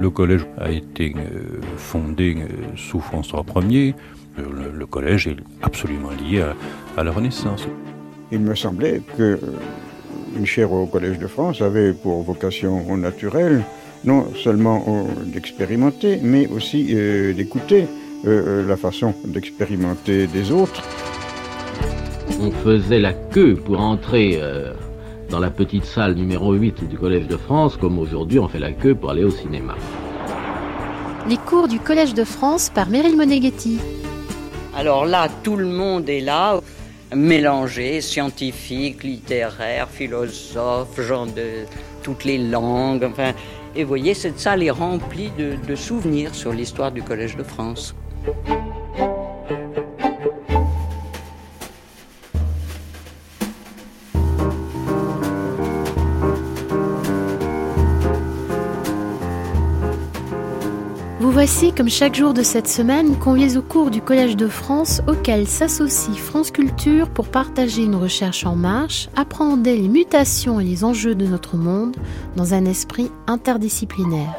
Le collège a été fondé sous François Ier. Le collège est absolument lié à la Renaissance. Il me semblait qu'une chaire au Collège de France avait pour vocation naturelle non seulement d'expérimenter, mais aussi d'écouter la façon d'expérimenter des autres. On faisait la queue pour entrer dans la petite salle numéro 8 du Collège de France, comme aujourd'hui on fait la queue pour aller au cinéma. Les cours du Collège de France par Meryl Moneghetti. Alors là, tout le monde est là, mélangé, scientifique, littéraire, philosophe, gens de toutes les langues, enfin... Et vous voyez, cette salle est remplie de souvenirs sur l'histoire du Collège de France. Vous voici, comme chaque jour de cette semaine, conviés au cours du Collège de France, auquel s'associe France Culture pour partager une recherche en marche, appréhender les mutations et les enjeux de notre monde dans un esprit interdisciplinaire.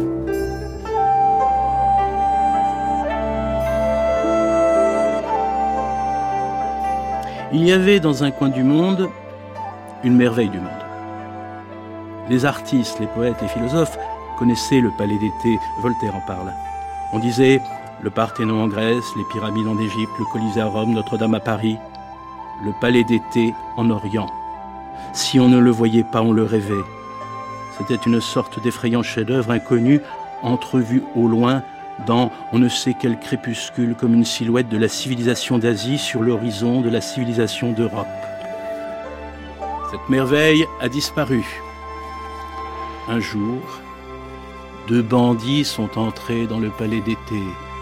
Il y avait dans un coin du monde une merveille du monde. Les artistes, les poètes, les philosophes connaissaient le palais d'été, Voltaire en parle. On disait le Parthénon en Grèce, les pyramides en Égypte, le Colisée à Rome, Notre-Dame à Paris, le palais d'été en Orient. Si on ne le voyait pas, on le rêvait. C'était une sorte d'effrayant chef-d'œuvre inconnu, entrevu au loin dans on ne sait quel crépuscule, comme une silhouette de la civilisation d'Asie sur l'horizon de la civilisation d'Europe. Cette merveille a disparu. Un jour, 2 bandits sont entrés dans le palais d'été.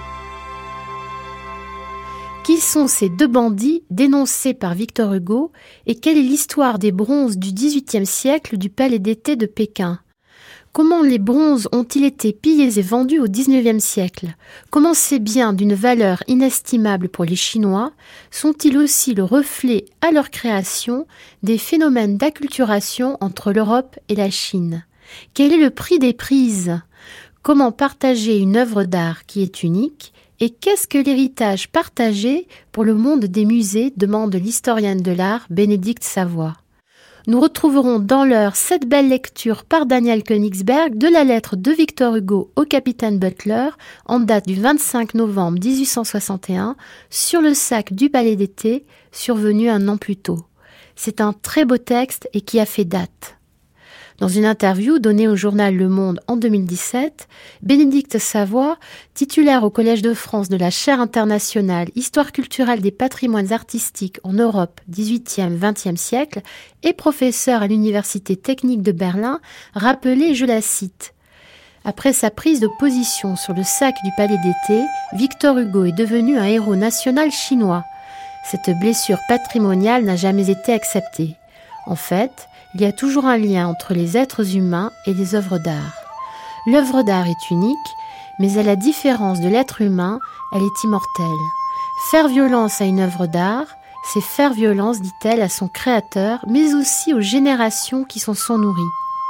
Qui sont ces 2 bandits dénoncés par Victor Hugo et quelle est l'histoire des bronzes du XVIIIe siècle du palais d'été de Pékin ? Comment les bronzes ont-ils été pillés et vendus au XIXe siècle ? Comment ces biens d'une valeur inestimable pour les Chinois sont-ils aussi le reflet, à leur création, des phénomènes d'acculturation entre l'Europe et la Chine ? Quel est le prix des prises ? Comment partager une œuvre d'art qui est unique ? Et qu'est-ce que l'héritage partagé pour le monde des musées, demande l'historienne de l'art Bénédicte Savoy. Nous retrouverons dans l'heure cette belle lecture par Daniel Königsberg de la lettre de Victor Hugo au capitaine Butler en date du 25 novembre 1861 sur le sac du palais d'été survenu un an plus tôt. C'est un très beau texte et qui a fait date. Dans une interview donnée au journal Le Monde en 2017, Bénédicte Savoy, titulaire au Collège de France de la chaire internationale Histoire culturelle des patrimoines artistiques en Europe 18e-20e siècle et professeure à l'Université technique de Berlin, rappelait, je la cite, « Après sa prise de position sur le sac du palais d'été, Victor Hugo est devenu un héros national chinois. Cette blessure patrimoniale n'a jamais été acceptée. En fait, il y a toujours un lien entre les êtres humains et les œuvres d'art. L'œuvre d'art est unique, mais à la différence de l'être humain, elle est immortelle. Faire violence à une œuvre d'art, c'est faire violence, dit-elle, à son créateur, mais aussi aux générations qui s'en sont nourries. »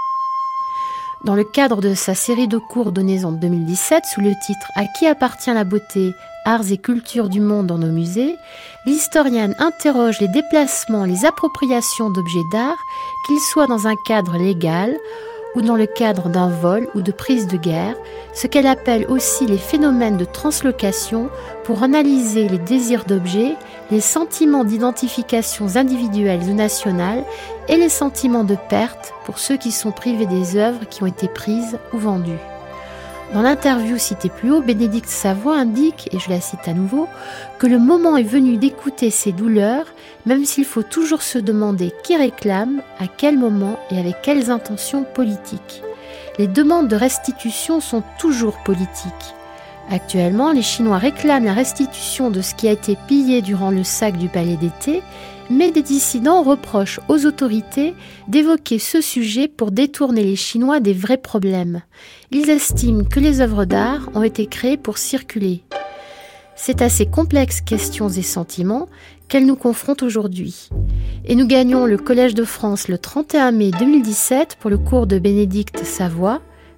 Dans le cadre de sa série de cours donnés en 2017 sous le titre « À qui appartient la beauté ? Arts et cultures du monde dans nos musées », l'historienne interroge les déplacements, les appropriations d'objets d'art, qu'ils soient dans un cadre légal ou dans le cadre d'un vol ou de prise de guerre, ce qu'elle appelle aussi les phénomènes de translocation pour analyser les désirs d'objets, les sentiments d'identifications individuelles ou nationales et les sentiments de perte pour ceux qui sont privés des œuvres qui ont été prises ou vendues. Dans l'interview citée plus haut, Bénédicte Savoy indique, et je la cite à nouveau, que le moment est venu d'écouter ces douleurs, même s'il faut toujours se demander qui réclame, à quel moment et avec quelles intentions politiques. Les demandes de restitution sont toujours politiques. Actuellement, les Chinois réclament la restitution de ce qui a été pillé durant le sac du palais d'été, mais des dissidents reprochent aux autorités d'évoquer ce sujet pour détourner les Chinois des vrais problèmes. Ils estiment que les œuvres d'art ont été créées pour circuler. C'est à ces complexes questions et sentiments qu'elles nous confrontent aujourd'hui. Et nous gagnons le Collège de France le 31 mai 2017 pour le cours de Bénédicte Savoy,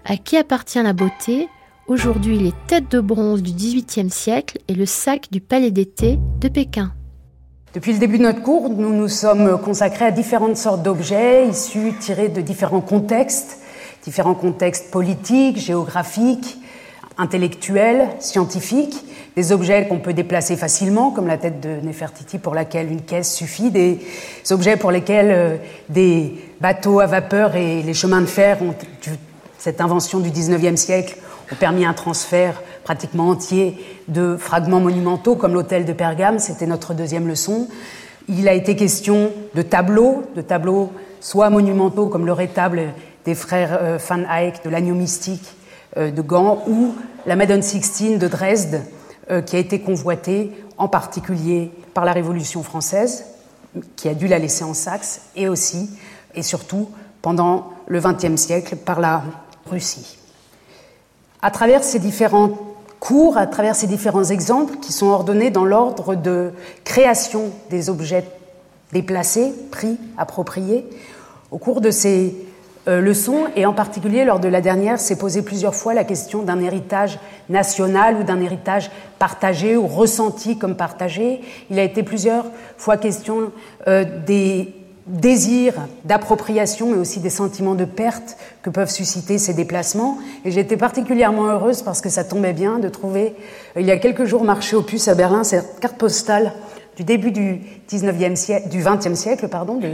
À qui appartient la beauté ? Aujourd'hui, les têtes de bronze du XVIIIe siècle et le sac du Palais d'été de Pékin. Depuis le début de notre cours, nous nous sommes consacrés à différentes sortes d'objets issus, tirés de différents contextes politiques, géographiques, intellectuels, scientifiques, des objets qu'on peut déplacer facilement, comme la tête de Néfertiti pour laquelle une caisse suffit, des objets pour lesquels des bateaux à vapeur et les chemins de fer, cette invention du XIXe siècle, ont permis un transfert pratiquement entier de fragments monumentaux, comme l'hôtel de Pergame, c'était notre deuxième leçon. Il a été question de tableaux soit monumentaux, comme le rétable des frères Van Eyck de l'agneau mystique de Gand, ou la Madone Sixtine de Dresde, qui a été convoitée en particulier par la Révolution française, qui a dû la laisser en Saxe, et aussi, et surtout, pendant le XXe siècle, par la Russie. À travers ces différents cours, à travers ces différents exemples qui sont ordonnés dans l'ordre de création des objets déplacés, pris, appropriés, au cours de ces leçons, et en particulier lors de la dernière, s'est posé plusieurs fois la question d'un héritage national ou d'un héritage partagé ou ressenti comme partagé. Il a été plusieurs fois question des désirs d'appropriation, mais aussi des sentiments de perte que peuvent susciter ces déplacements. Et j'ai été particulièrement heureuse parce que ça tombait bien de trouver, il y a quelques jours, marché aux puces à Berlin, cette carte postale du début du XXe siècle, du XXe siècle, de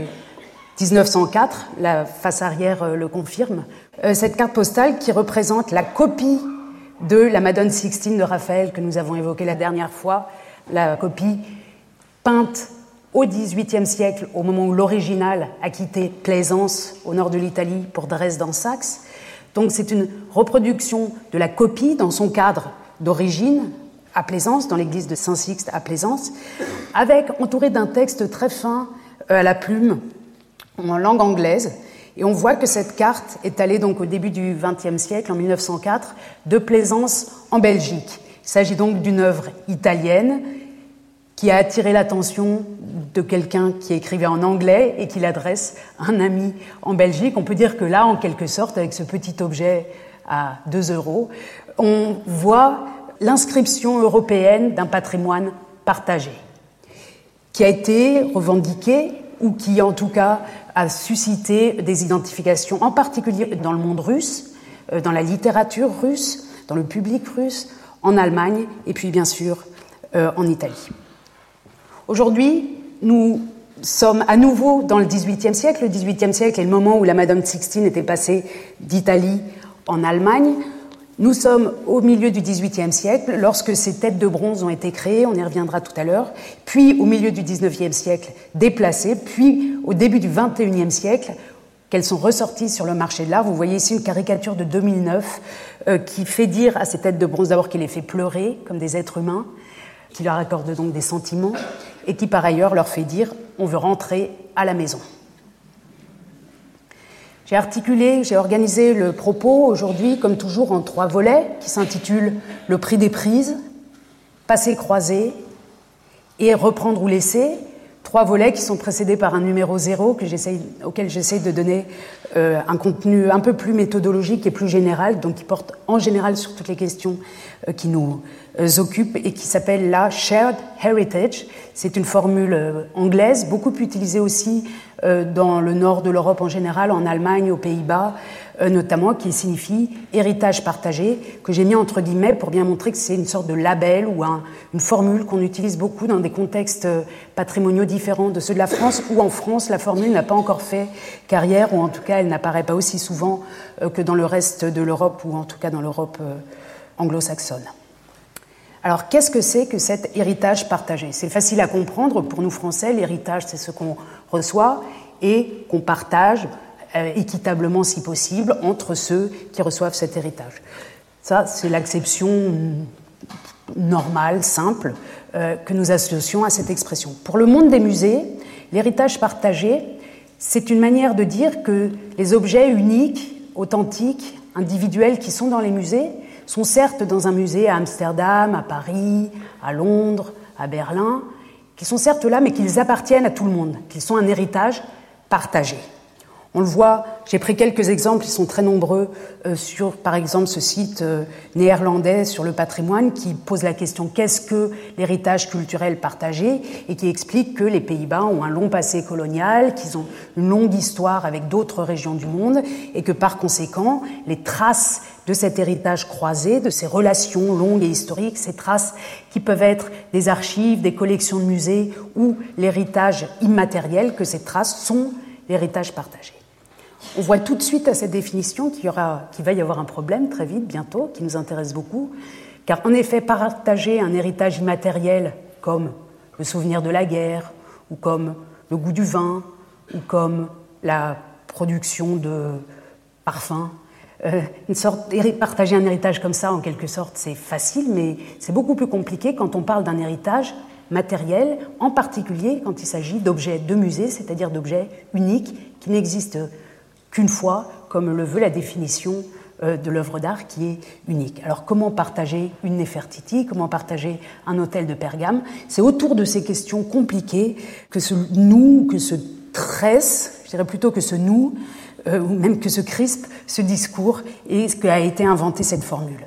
1904, la face arrière le confirme. Cette carte postale qui représente la copie de la Madone Sixtine de Raphaël que nous avons évoquée la dernière fois, la copie peinte au XVIIIe siècle, au moment où l'original a quitté Plaisance, au nord de l'Italie, pour Dresde en Saxe. Donc c'est une reproduction de la copie dans son cadre d'origine, à Plaisance, dans l'église de Saint-Sixte à Plaisance, entouré d'un texte très fin à la plume, en langue anglaise. Et on voit que cette carte est allée donc au début du XXe siècle, en 1904, de Plaisance en Belgique. Il s'agit donc d'une œuvre italienne qui a attiré l'attention de quelqu'un qui écrivait en anglais et qui l'adresse à un ami en Belgique. On peut dire que là, en quelque sorte, avec ce petit objet à 2 €, on voit l'inscription européenne d'un patrimoine partagé, qui a été revendiqué ou qui, en tout cas, a suscité des identifications, en particulier dans le monde russe, dans la littérature russe, dans le public russe, en Allemagne et puis, bien sûr, en Italie. Aujourd'hui, nous sommes à nouveau dans le XVIIIe siècle. Le XVIIIe siècle est le moment où la Madone Sixtine était passée d'Italie en Allemagne. Nous sommes au milieu du XVIIIe siècle, lorsque ces têtes de bronze ont été créées, on y reviendra tout à l'heure, puis au milieu du XIXe siècle, déplacées, puis au début du XXIe siècle, qu'elles sont ressorties sur le marché de l'art. Vous voyez ici une caricature de 2009 qui fait dire à ces têtes de bronze d'abord qu'il les fait pleurer comme des êtres humains, qui leur accorde donc des sentiments, et qui par ailleurs leur fait dire « on veut rentrer à la maison ». J'ai organisé le propos aujourd'hui, comme toujours, en 3 volets, qui s'intitulent « Le prix des prises »,« Passer croisé » et « Reprendre ou laisser ». 3 volets qui sont précédés par un numéro 0 auquel j'essaie de donner un contenu un peu plus méthodologique et plus général, donc qui porte en général sur toutes les questions qui nous occupent et qui s'appelle la Shared Heritage. C'est une formule anglaise, beaucoup utilisée aussi dans le nord de l'Europe en général, en Allemagne, aux Pays-Bas notamment, qui signifie héritage partagé, que j'ai mis entre guillemets pour bien montrer que c'est une sorte de label ou une formule qu'on utilise beaucoup dans des contextes patrimoniaux différents de ceux de la France, où en France la formule n'a pas encore fait carrière, ou en tout cas elle n'apparaît pas aussi souvent que dans le reste de l'Europe, ou en tout cas dans l'Europe anglo-saxonne. Alors, qu'est-ce que c'est que cet héritage partagé ? C'est facile à comprendre pour nous Français. L'héritage, c'est ce qu'on reçoit et qu'on partage équitablement, si possible, entre ceux qui reçoivent cet héritage. Ça, c'est l'acception normale, simple, que nous associons à cette expression. Pour le monde des musées, l'héritage partagé, c'est une manière de dire que les objets uniques, authentiques, individuels qui sont dans les musées sont certes dans un musée à Amsterdam, à Paris, à Londres, à Berlin, qui sont certes là, mais qu'ils appartiennent à tout le monde, qu'ils sont un héritage partagé. On le voit, j'ai pris quelques exemples, ils sont très nombreux, sur par exemple ce site néerlandais sur le patrimoine qui pose la question qu'est-ce que l'héritage culturel partagé et qui explique que les Pays-Bas ont un long passé colonial, qu'ils ont une longue histoire avec d'autres régions du monde et que par conséquent, les traces de cet héritage croisé, de ces relations longues et historiques, ces traces qui peuvent être des archives, des collections de musées ou l'héritage immatériel, que ces traces sont l'héritage partagé. On voit tout de suite à cette définition qu'il va y avoir un problème très vite, bientôt, qui nous intéresse beaucoup, car en effet, partager un héritage immatériel comme le souvenir de la guerre, ou comme le goût du vin, ou comme la production de parfums, partager un héritage comme ça, en quelque sorte, c'est facile, mais c'est beaucoup plus compliqué quand on parle d'un héritage matériel, en particulier quand il s'agit d'objets de musée, c'est-à-dire d'objets uniques qui n'existent qu'une fois, comme le veut la définition de l'œuvre d'art qui est unique. Alors comment partager une Néfertiti, comment partager un hôtel de Pergame? C'est autour de ces questions compliquées que se noue, que se tresse, je dirais plutôt que se noue, ou même que se crispe ce discours et ce qu'a été inventé cette formule.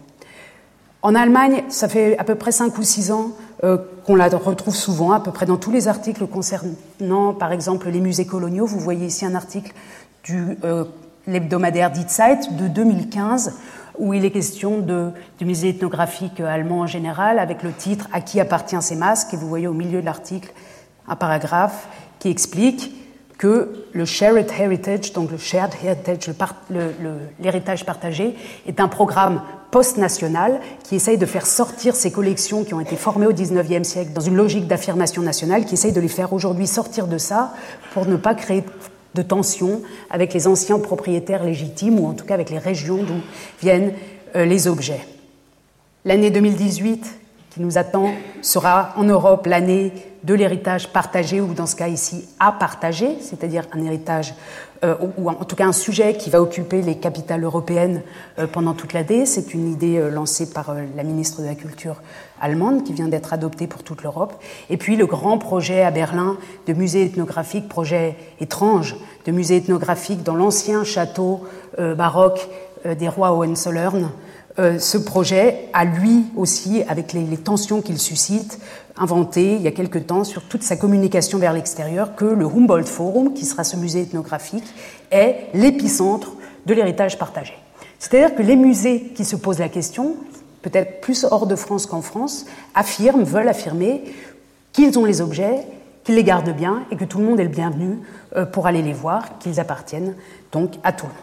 En Allemagne, ça fait à peu près 5 ou 6 ans qu'on la retrouve souvent, à peu près dans tous les articles concernant, par exemple, les musées coloniaux. Vous voyez ici un article du l'hebdomadaire Die Zeit de 2015, où il est question du musée ethnographique allemand en général, avec le titre « À qui appartient ces masques ?» Et vous voyez au milieu de l'article un paragraphe qui explique que le Shared Heritage, donc le Shared Heritage, l'héritage partagé, est un programme post-national qui essaye de faire sortir ces collections qui ont été formées au XIXe siècle dans une logique d'affirmation nationale, qui essaye de les faire aujourd'hui sortir de ça pour ne pas créer de tension avec les anciens propriétaires légitimes, ou en tout cas avec les régions d'où viennent les objets. L'année 2018 qui nous attend sera en Europe l'année de l'héritage partagé, ou dans ce cas ici à partager, c'est-à-dire un héritage, ou en tout cas un sujet qui va occuper les capitales européennes pendant toute l'année. C'est une idée lancée par la ministre de la Culture allemande, qui vient d'être adoptée pour toute l'Europe. Et puis le grand projet à Berlin de musée ethnographique, projet étrange, de musée ethnographique dans l'ancien château baroque des rois Hohenzollern. Ce projet a lui aussi, avec les tensions qu'il suscite, inventé il y a quelque temps sur toute sa communication vers l'extérieur que le Humboldt Forum, qui sera ce musée ethnographique, est l'épicentre de l'héritage partagé. C'est-à-dire que les musées qui se posent la question, peut-être plus hors de France qu'en France, veulent affirmer qu'ils ont les objets, qu'ils les gardent bien et que tout le monde est le bienvenu pour aller les voir, qu'ils appartiennent donc à tout le monde.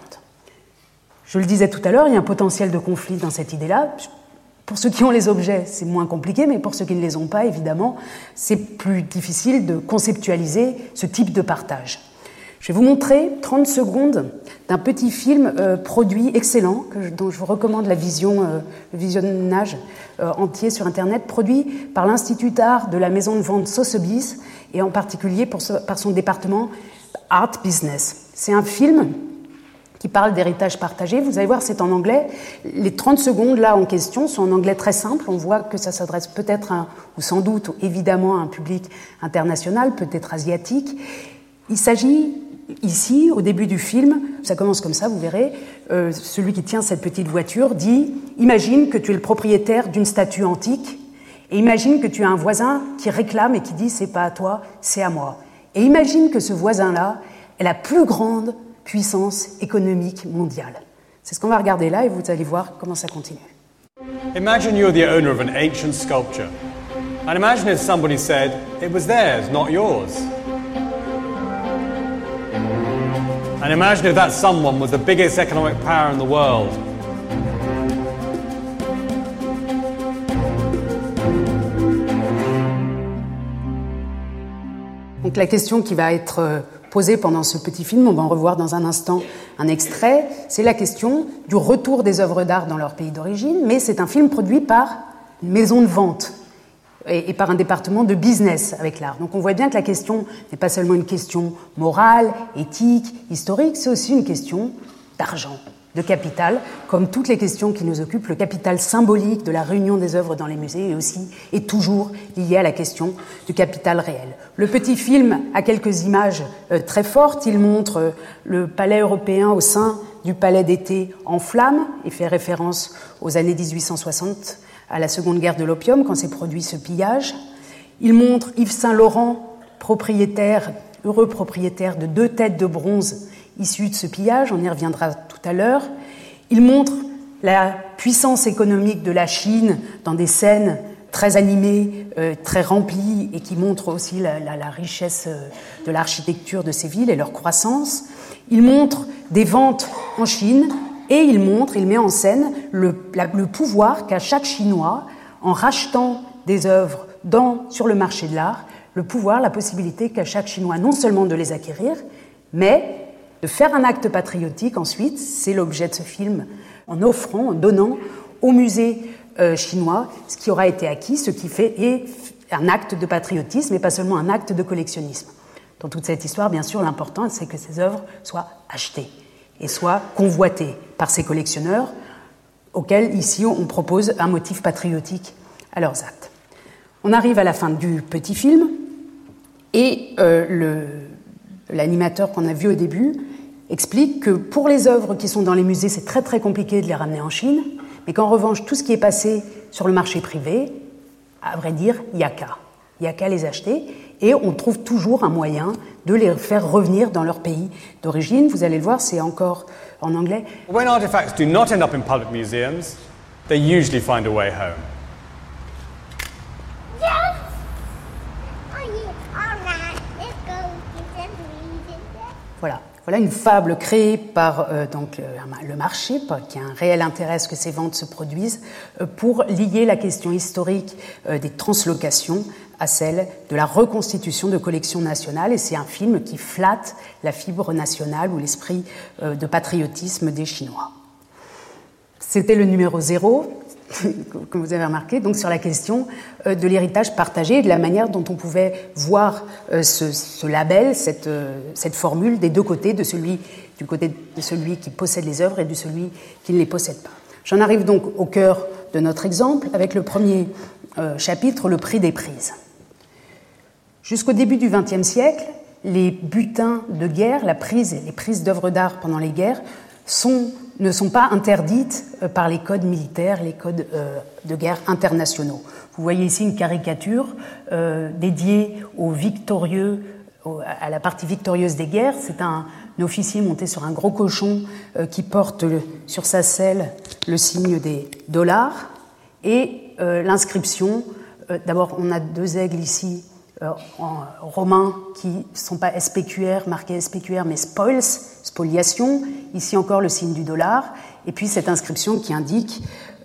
Je le disais tout à l'heure, il y a un potentiel de conflit dans cette idée-là. Pour ceux qui ont les objets, c'est moins compliqué, mais pour ceux qui ne les ont pas, évidemment, c'est plus difficile de conceptualiser ce type de partage. Je vais vous montrer 30 secondes d'un petit film produit excellent, dont je vous recommande le visionnage entier sur Internet, produit par l'Institut d'art de la maison de vente Sotheby's, et en particulier par son département Art Business. C'est un film qui parle d'héritage partagé. Vous allez voir, c'est en anglais. Les 30 secondes là en question sont en anglais très simple. On voit que ça s'adresse peut-être, ou sans doute, ou évidemment, à un public international, peut-être asiatique. Il s'agit ici, au début du film, ça commence comme ça, vous verrez, celui qui tient cette petite voiture dit « Imagine que tu es le propriétaire d'une statue antique et imagine que tu as un voisin qui réclame et qui dit « C'est pas à toi, c'est à moi ». Et imagine que ce voisin-là est la plus grande puissance économique mondiale. C'est ce qu'on va regarder là et vous allez voir comment ça continue. Imagine you're the owner of an ancient sculpture. And imagine if somebody said, it was theirs, not yours. And imagine if that someone was the biggest economic power in the world. Donc la question qui va être posée pendant ce petit film, on va en revoir dans un instant un extrait, c'est la question du retour des œuvres d'art dans leur pays d'origine, mais c'est un film produit par une maison de vente et par un département de business avec l'art. Donc on voit bien que la question n'est pas seulement une question morale, éthique, historique, c'est aussi une question d'argent, de capital, comme toutes les questions qui nous occupent, le capital symbolique de la réunion des œuvres dans les musées est toujours lié à la question du capital réel. Le petit film a quelques images très fortes. Il montre le palais européen au sein du palais d'été en flammes et fait référence aux années 1860, à la Seconde Guerre de l'opium, quand s'est produit ce pillage. Il montre Yves Saint-Laurent, heureux propriétaire de 2 têtes de bronze issues de ce pillage, on y reviendra tout à l'heure. Il montre la puissance économique de la Chine dans des scènes très animées, très remplies, et qui montrent aussi la richesse de l'architecture de ces villes et leur croissance. Il montre des ventes en Chine, et il met en scène le pouvoir qu'a chaque Chinois, en rachetant des œuvres sur le marché de l'art, la possibilité qu'a chaque Chinois non seulement de les acquérir, mais de faire un acte patriotique ensuite. C'est l'objet de ce film, en donnant au musée chinois ce qui aura été acquis, ce qui est un acte de patriotisme et pas seulement un acte de collectionnisme. Dans toute cette histoire, bien sûr, l'important, c'est que ces œuvres soient achetées et soient convoitées par ces collectionneurs auxquels, ici, on propose un motif patriotique à leurs actes. On arrive à la fin du petit film et l'animateur qu'on a vu au début explique que pour les œuvres qui sont dans les musées, c'est très très compliqué de les ramener en Chine, mais qu'en revanche, tout ce qui est passé sur le marché privé, à vrai dire, il n'y a qu'à les acheter, et on trouve toujours un moyen de les faire revenir dans leur pays d'origine. Vous allez le voir, c'est encore en anglais. When artifacts do not end up in public museums, they usually find a way home. Voilà une fable créée par le marché, qui a un réel intérêt à ce que ces ventes se produisent, pour lier la question historique des translocations à celle de la reconstitution de collections nationales. Et c'est un film qui flatte la fibre nationale ou l'esprit de patriotisme des Chinois. C'était le numéro 0. Comme vous avez remarqué, donc sur la question de l'héritage partagé et de la manière dont on pouvait voir ce label, cette formule des deux côtés, du côté de celui qui possède les œuvres et de celui qui ne les possède pas. J'en arrive donc au cœur de notre exemple avec le premier chapitre, le prix des prises. Jusqu'au début du XXe siècle, les butins de guerre, les prises d'œuvres d'art pendant les guerres, ne sont pas interdites par les codes militaires, les codes de guerre internationaux. Vous voyez ici une caricature dédiée aux victorieux, à la partie victorieuse des guerres. C'est un officier monté sur un gros cochon qui porte sur sa selle le signe des dollars et l'inscription. D'abord, on a 2 aigles ici en romain qui ne sont pas SPQR, marqués SPQR, mais spoils, spoliation. Ici encore le signe du dollar. Et puis cette inscription qui indique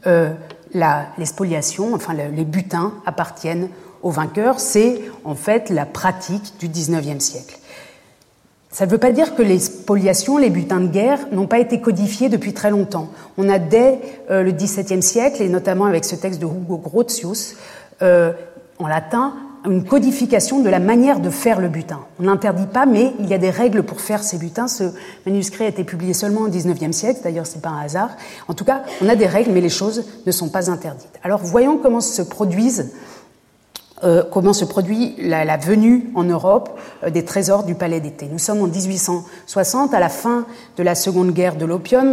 les spoliations, enfin les butins appartiennent aux vainqueurs. C'est en fait la pratique du XIXe siècle. Ça ne veut pas dire que les spoliations, les butins de guerre, n'ont pas été codifiés depuis très longtemps. On a dès le XVIIe siècle, et notamment avec ce texte de Hugo Grotius, en latin, une codification de la manière de faire le butin. On n'interdit pas, mais il y a des règles pour faire ces butins. Ce manuscrit a été publié seulement au XIXe siècle, d'ailleurs c'est pas un hasard. En tout cas, on a des règles, mais les choses ne sont pas interdites. Alors voyons comment se produit la venue en Europe des trésors du Palais d'été. Nous sommes en 1860, à la fin de la Seconde Guerre de l'opium,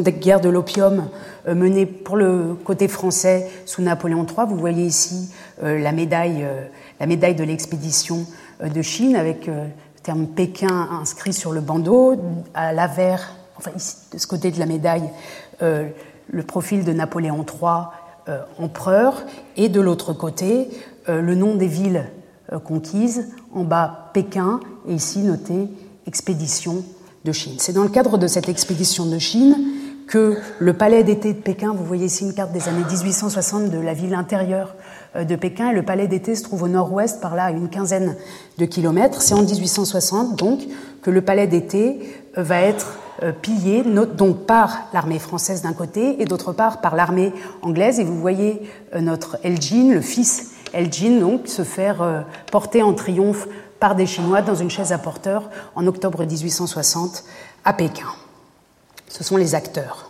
menée pour le côté français sous Napoléon III. Vous voyez ici la médaille de l'expédition de Chine avec le terme Pékin inscrit sur le bandeau. À l'avers, enfin ici, de ce côté de la médaille, le profil de Napoléon III, empereur, et de l'autre côté, le nom des villes conquises, en bas Pékin, et ici noté expédition de Chine. C'est dans le cadre de cette expédition de Chine que le palais d'été de Pékin, vous voyez ici une carte des années 1860 de la ville intérieure de Pékin, et le palais d'été se trouve au nord-ouest, par là à une quinzaine de kilomètres. C'est en 1860 donc que le palais d'été va être pillé, donc par l'armée française d'un côté et d'autre part par l'armée anglaise. Et vous voyez notre Elgin, le fils Elgin, donc se faire porter en triomphe par des Chinois dans une chaise à porteurs en octobre 1860 à Pékin. Ce sont les acteurs.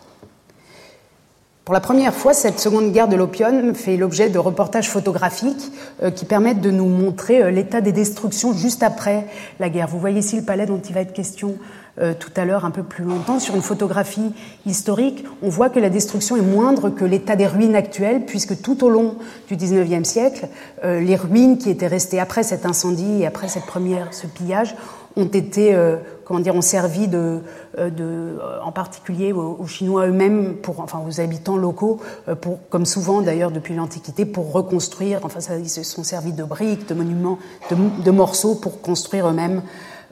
Pour la première fois, cette seconde guerre de l'opium fait l'objet de reportages photographiques qui permettent de nous montrer l'état des destructions juste après la guerre. Vous voyez ici le palais dont il va être question tout à l'heure, un peu plus longtemps. Sur une photographie historique, on voit que la destruction est moindre que l'état des ruines actuelles, puisque tout au long du XIXe siècle, les ruines qui étaient restées après cet incendie et après ce pillage ont été, ont servi en particulier aux Chinois eux-mêmes, aux habitants locaux, comme souvent d'ailleurs depuis l'Antiquité, pour reconstruire. Ils se sont servis de briques, de monuments, de morceaux pour construire eux-mêmes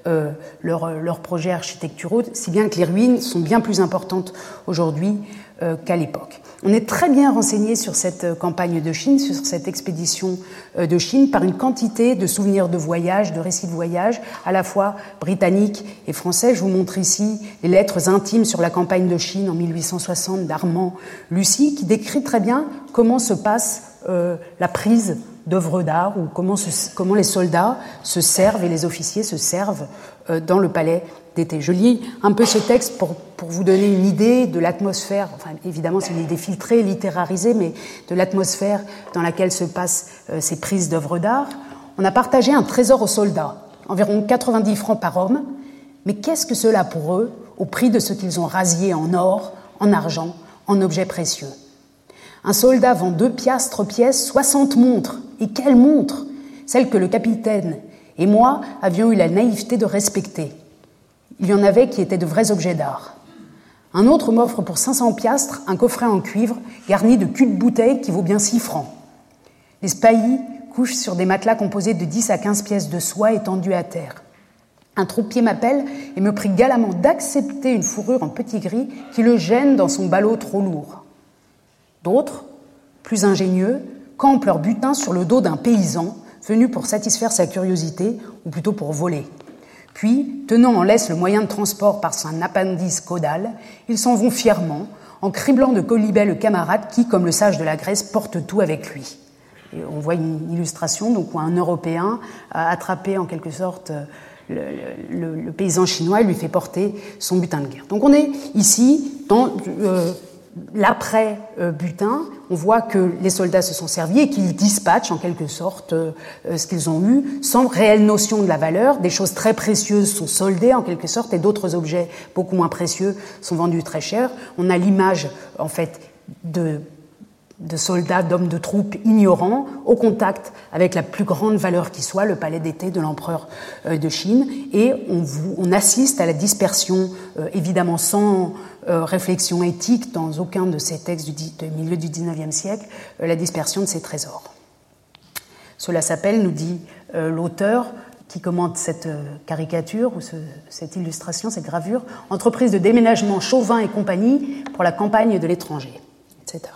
leurs projets architecturaux, si bien que les ruines sont bien plus importantes aujourd'hui qu'à l'époque. On est très bien renseigné sur cette campagne de Chine, sur cette expédition de Chine, par une quantité de souvenirs de voyage, de récits de voyage, à la fois britanniques et français. Je vous montre ici les lettres intimes sur la campagne de Chine en 1860 d'Armand Lucie, qui décrit très bien comment se passe la prise d'œuvres d'art, ou comment les soldats se servent et les officiers se servent dans le palais d'été. Je lis un peu ce texte pour vous donner une idée de l'atmosphère, évidemment c'est une idée filtrée, littérarisée, mais de l'atmosphère dans laquelle se passent ces prises d'œuvres d'art. On a partagé un trésor aux soldats, environ 90 francs par homme, mais qu'est-ce que cela pour eux, au prix de ce qu'ils ont rasié en or, en argent, en objets précieux? Un soldat vend 2 piastres pièce 60 montres. Et quelles montres? Celles que le capitaine et moi avions eu la naïveté de respecter. Il y en avait qui étaient de vrais objets d'art. Un autre m'offre pour 500 piastres un coffret en cuivre garni de culs de bouteilles qui vaut bien 6 francs. Les spahis couchent sur des matelas composés de 10 à 15 pièces de soie étendues à terre. Un troupier m'appelle et me prie galamment d'accepter une fourrure en petit gris qui le gêne dans son ballot trop lourd. D'autres, plus ingénieux, campent leur butin sur le dos d'un paysan venu pour satisfaire sa curiosité, ou plutôt pour voler. Puis, tenant en laisse le moyen de transport par son appendice caudal, ils s'en vont fièrement, en criblant de quolibets le camarade qui, comme le sage de la Grèce, porte tout avec lui. Et on voit une illustration donc, où un Européen a attrapé en quelque sorte le paysan chinois et lui fait porter son butin de guerre. Donc on est ici dans l'après-butin. On voit que les soldats se sont servis et qu'ils dispatchent en quelque sorte ce qu'ils ont eu sans réelle notion de la valeur. Des choses très précieuses sont soldées en quelque sorte et d'autres objets beaucoup moins précieux sont vendus très cher. On a l'image en fait de soldats, d'hommes de troupes ignorants, au contact avec la plus grande valeur qui soit, le palais d'été de l'empereur de Chine, et on assiste à la dispersion, évidemment sans réflexion éthique dans aucun de ces textes du milieu du XIXe siècle, la dispersion de ces trésors. Cela s'appelle, nous dit l'auteur, qui commente cette caricature ou cette illustration, cette gravure, « Entreprise de déménagement Chauvin et compagnie pour la campagne de l'étranger », etc.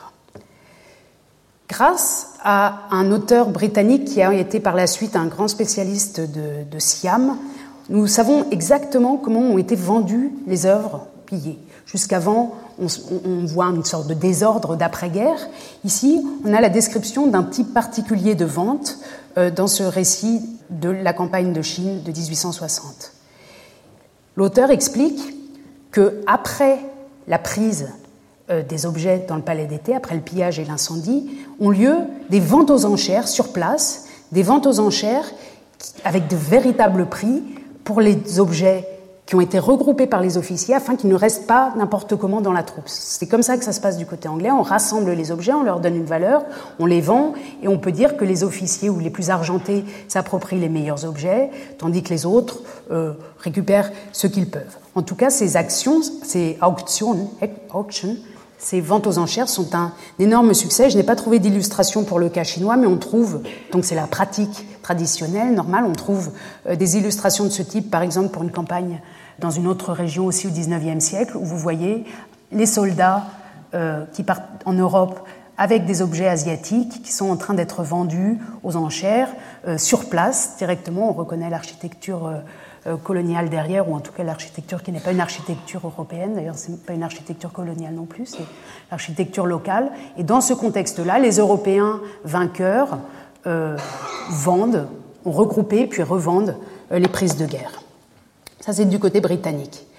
Grâce à un auteur britannique qui a été par la suite un grand spécialiste de Siam, nous savons exactement comment ont été vendues les œuvres pillées. Jusqu'avant, on voit une sorte de désordre d'après-guerre. Ici, on a la description d'un type particulier de vente dans ce récit de la campagne de Chine de 1860. L'auteur explique qu'après la prise des objets dans le palais d'été, après le pillage et l'incendie, ont lieu des ventes aux enchères sur place, des ventes aux enchères avec de véritables prix pour les objets qui ont été regroupés par les officiers afin qu'ils ne restent pas n'importe comment dans la troupe. C'est comme ça que ça se passe du côté anglais. On rassemble les objets, on leur donne une valeur, on les vend et on peut dire que les officiers ou les plus argentés s'approprient les meilleurs objets, tandis que les autres récupèrent ce qu'ils peuvent. En tout cas, ces actions, ces auctions, ces ventes aux enchères sont un énorme succès. Je n'ai pas trouvé d'illustration pour le cas chinois, mais on trouve, donc c'est la pratique traditionnelle, normale, on trouve des illustrations de ce type, par exemple pour une campagne dans une autre région aussi au XIXe siècle, où vous voyez les soldats qui partent en Europe avec des objets asiatiques qui sont en train d'être vendus aux enchères sur place, directement. On reconnaît l'architecture coloniale derrière, ou en tout cas l'architecture qui n'est pas une architecture européenne, d'ailleurs c'est pas une architecture coloniale non plus, c'est l'architecture locale. Et dans ce contexte-là, les Européens vainqueurs vendent, ont regroupé puis revendent les prises de guerre. Ça c'est du côté britannique.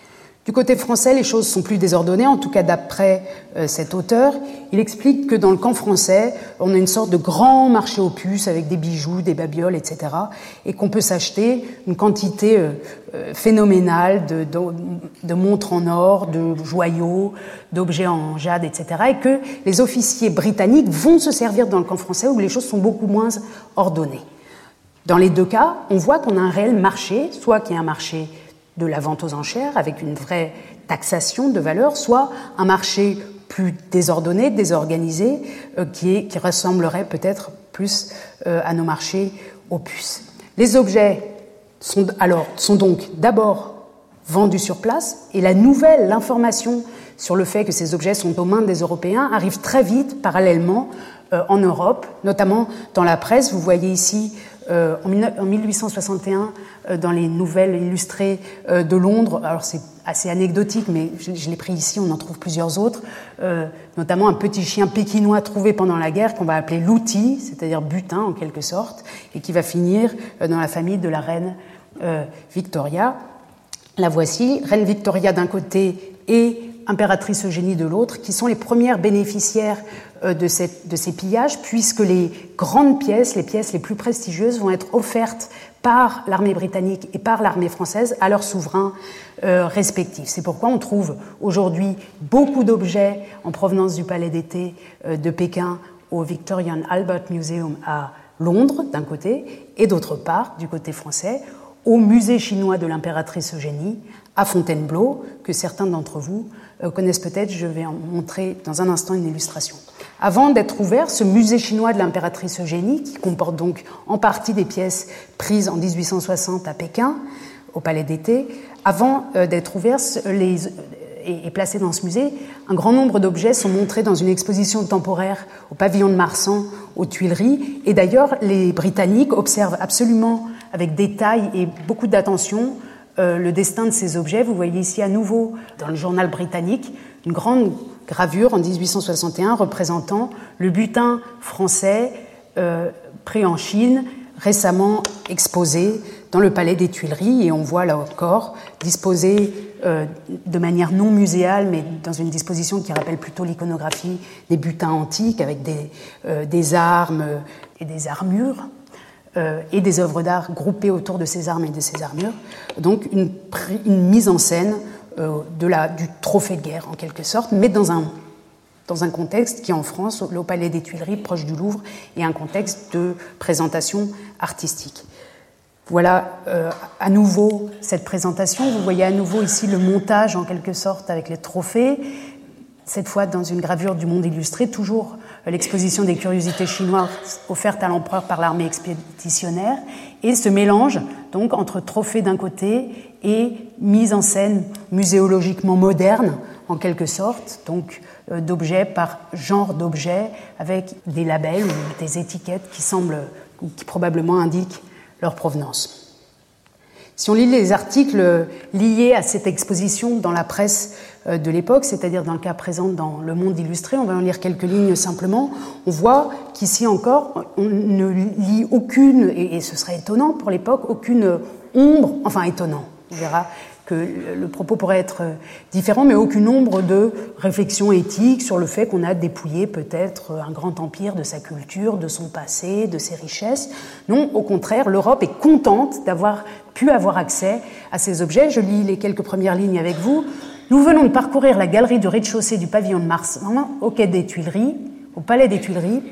Du côté français, les choses sont plus désordonnées, en tout cas d'après cet auteur. Il explique que dans le camp français, on a une sorte de grand marché aux puces avec des bijoux, des babioles, etc. et qu'on peut s'acheter une quantité phénoménale de montres en or, de joyaux, d'objets en jade, etc. et que les officiers britanniques vont se servir dans le camp français où les choses sont beaucoup moins ordonnées. Dans les deux cas, on voit qu'on a un réel marché, soit qu'il y a un marché de la vente aux enchères avec une vraie taxation de valeur, soit un marché plus désordonné, désorganisé, qui ressemblerait peut-être plus à nos marchés aux puces. Les objets sont donc d'abord vendus sur place, et l'information sur le fait que ces objets sont aux mains des Européens arrive très vite, parallèlement, en Europe, notamment dans la presse. Vous voyez ici, en 1861, dans les nouvelles illustrées de Londres, alors c'est assez anecdotique, mais je l'ai pris ici, on en trouve plusieurs autres, notamment un petit chien pékinois trouvé pendant la guerre qu'on va appeler Louti, c'est-à-dire butin en quelque sorte, et qui va finir dans la famille de la reine Victoria. La voici, reine Victoria d'un côté et impératrice Eugénie de l'autre, qui sont les premières bénéficiaires de ces pillages, puisque les grandes pièces, les pièces les plus prestigieuses, vont être offertes par l'armée britannique et par l'armée française à leurs souverains respectifs. C'est pourquoi on trouve aujourd'hui beaucoup d'objets en provenance du palais d'été de Pékin au Victorian Albert Museum à Londres, d'un côté, et d'autre part, du côté français, au musée chinois de l'impératrice Eugénie, à Fontainebleau, que certains d'entre vous connaissent peut-être. Je vais en montrer dans un instant une illustration. Avant d'être ouvert, ce musée chinois de l'impératrice Eugénie, qui comporte donc en partie des pièces prises en 1860 à Pékin, au Palais d'été, avant d'être ouvert et placé dans ce musée, un grand nombre d'objets sont montrés dans une exposition temporaire au pavillon de Marsan, aux Tuileries. Et d'ailleurs, les Britanniques observent absolument avec détail et beaucoup d'attention le destin de ces objets. Vous voyez ici à nouveau, dans le journal britannique, une grande gravure en 1861 représentant le butin français pris en Chine, récemment exposé dans le palais des Tuileries. Et on voit là encore, disposé de manière non muséale, mais dans une disposition qui rappelle plutôt l'iconographie des butins antiques, avec des armes et des armures, et des œuvres d'art groupées autour de ces armes et de ces armures. Donc une mise en scène du trophée de guerre, en quelque sorte, mais dans un contexte qui, en France, au Palais des Tuileries, proche du Louvre, est un contexte de présentation artistique. Voilà à nouveau cette présentation. Vous voyez à nouveau ici le montage, en quelque sorte, avec les trophées, cette fois dans une gravure du Monde illustré, toujours l'exposition des curiosités chinoises offerte à l'empereur par l'armée expéditionnaire, et ce mélange donc entre trophées d'un côté et mise en scène muséologiquement moderne, en quelque sorte, donc d'objets par genre d'objets, avec des labels ou des étiquettes qui probablement indiquent leur provenance. Si on lit les articles liés à cette exposition dans la presse de l'époque, c'est-à-dire dans le cas présent dans Le Monde illustré, on va en lire quelques lignes simplement, on voit qu'ici encore, on ne lit aucune, et ce serait étonnant pour l'époque, aucune ombre, enfin étonnant, on verra que le propos pourrait être différent, mais aucune ombre de réflexion éthique sur le fait qu'on a dépouillé peut-être un grand empire de sa culture, de son passé, de ses richesses. Non, au contraire, l'Europe est contente d'avoir pu avoir accès à ces objets. Je lis les quelques premières lignes avec vous. Nous venons de parcourir la galerie du rez-de-chaussée du pavillon de Marsan au Palais des Tuileries,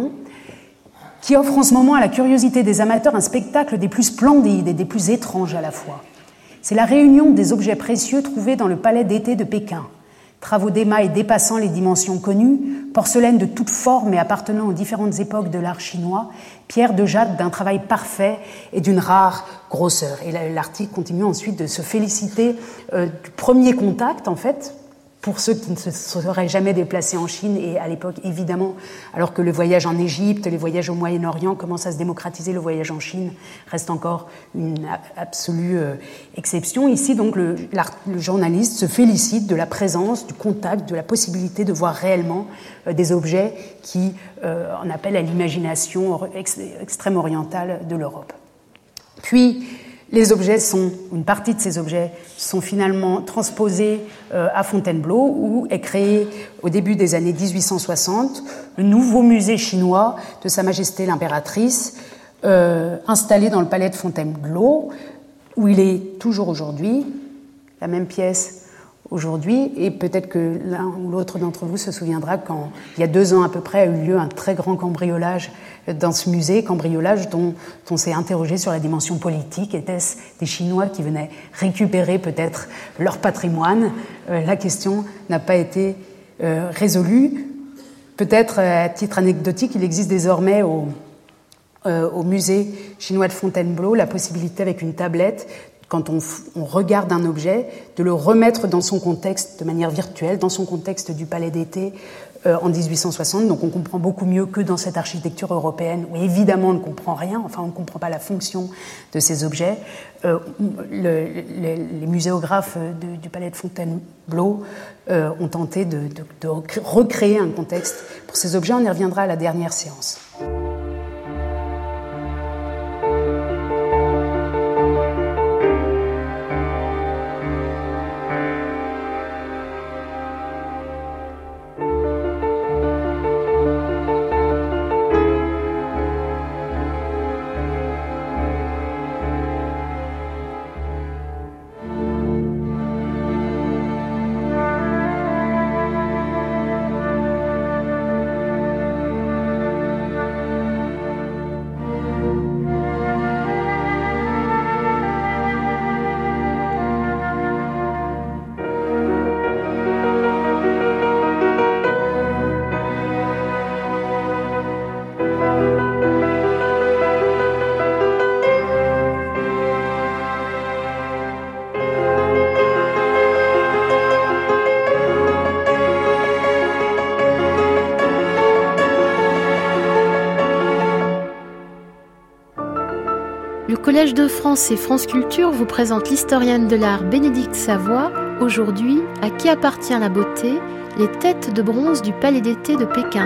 qui offre en ce moment à la curiosité des amateurs un spectacle des plus splendides et des plus étranges à la fois. C'est la réunion des objets précieux trouvés dans le palais d'été de Pékin. Travaux d'émail dépassant les dimensions connues, porcelaine de toutes formes et appartenant aux différentes époques de l'art chinois, pierre de jade d'un travail parfait et d'une rare grosseur. Et l'article continue ensuite de se féliciter du premier contact, en fait, pour ceux qui ne se seraient jamais déplacés en Chine, et à l'époque, évidemment, alors que le voyage en Égypte, les voyages au Moyen-Orient commencent à se démocratiser, le voyage en Chine reste encore une absolue exception. Ici, donc, le journaliste se félicite de la présence, du contact, de la possibilité de voir réellement des objets qui en appellent à l'imagination extrême orientale de l'Europe. Puis, Une partie de ces objets sont finalement transposés à Fontainebleau, où est créé au début des années 1860 le nouveau musée chinois de Sa Majesté l'Impératrice, installé dans le palais de Fontainebleau, où il est toujours aujourd'hui, la même pièce aujourd'hui, et peut-être que l'un ou l'autre d'entre vous se souviendra quand, il y a 2 ans à peu près, a eu lieu un très grand cambriolage dans ce musée, cambriolage dont on s'est interrogé sur la dimension politique. Était-ce des Chinois qui venaient récupérer peut-être leur patrimoine? La question n'a pas été résolue. Peut-être, à titre anecdotique, il existe désormais au musée chinois de Fontainebleau la possibilité, avec une tablette, quand on regarde un objet, de le remettre dans son contexte de manière virtuelle, dans son contexte du Palais d'été en 1860. Donc on comprend beaucoup mieux que dans cette architecture européenne, où évidemment on ne comprend rien, enfin on ne comprend pas la fonction de ces objets. Les muséographes du Palais de Fontainebleau ont tenté de recréer un contexte pour ces objets. On y reviendra à la dernière séance. Le Collège de France et France Culture vous présente l'historienne de l'art Bénédicte Savoie. Aujourd'hui, à qui appartient la beauté? Les têtes de bronze du Palais d'été de Pékin.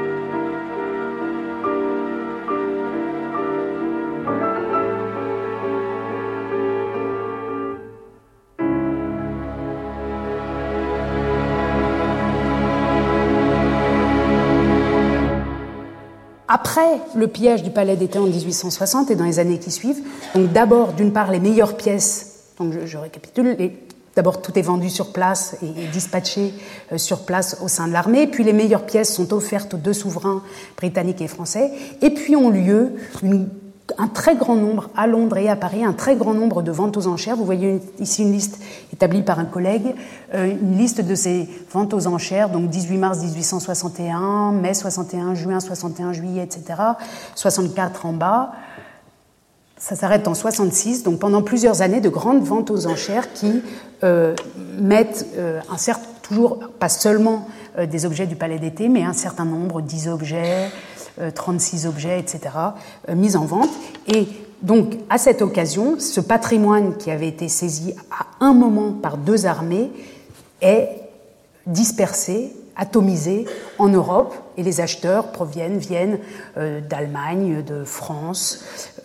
Après le pillage du Palais d'été en 1860 et dans les années qui suivent, donc d'abord, d'une part, les meilleures pièces, donc je récapitule, d'abord tout est vendu sur place et dispatché sur place au sein de l'armée, puis les meilleures pièces sont offertes aux 2 souverains britanniques et français, et puis ont lieu un très grand nombre, à Londres et à Paris, un très grand nombre de ventes aux enchères. Vous voyez ici une liste établie par un collègue, une liste de ces ventes aux enchères, donc 18 mars 1861, mai 61, juin 61, juillet, etc., 64 en bas. Ça s'arrête en 66, donc pendant plusieurs années, de grandes ventes aux enchères qui mettent toujours, pas seulement des objets du Palais d'été, mais un certain nombre, 10 objets, 36 objets, etc., mis en vente. Et donc, à cette occasion, ce patrimoine qui avait été saisi à un moment par 2 armées est dispersé, atomisé en Europe, et les acheteurs viennent d'Allemagne, de France,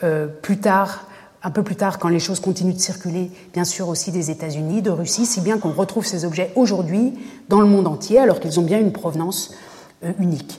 un peu plus tard, quand les choses continuent de circuler, bien sûr aussi des États-Unis, de Russie, si bien qu'on retrouve ces objets aujourd'hui dans le monde entier, alors qu'ils ont bien une provenance unique.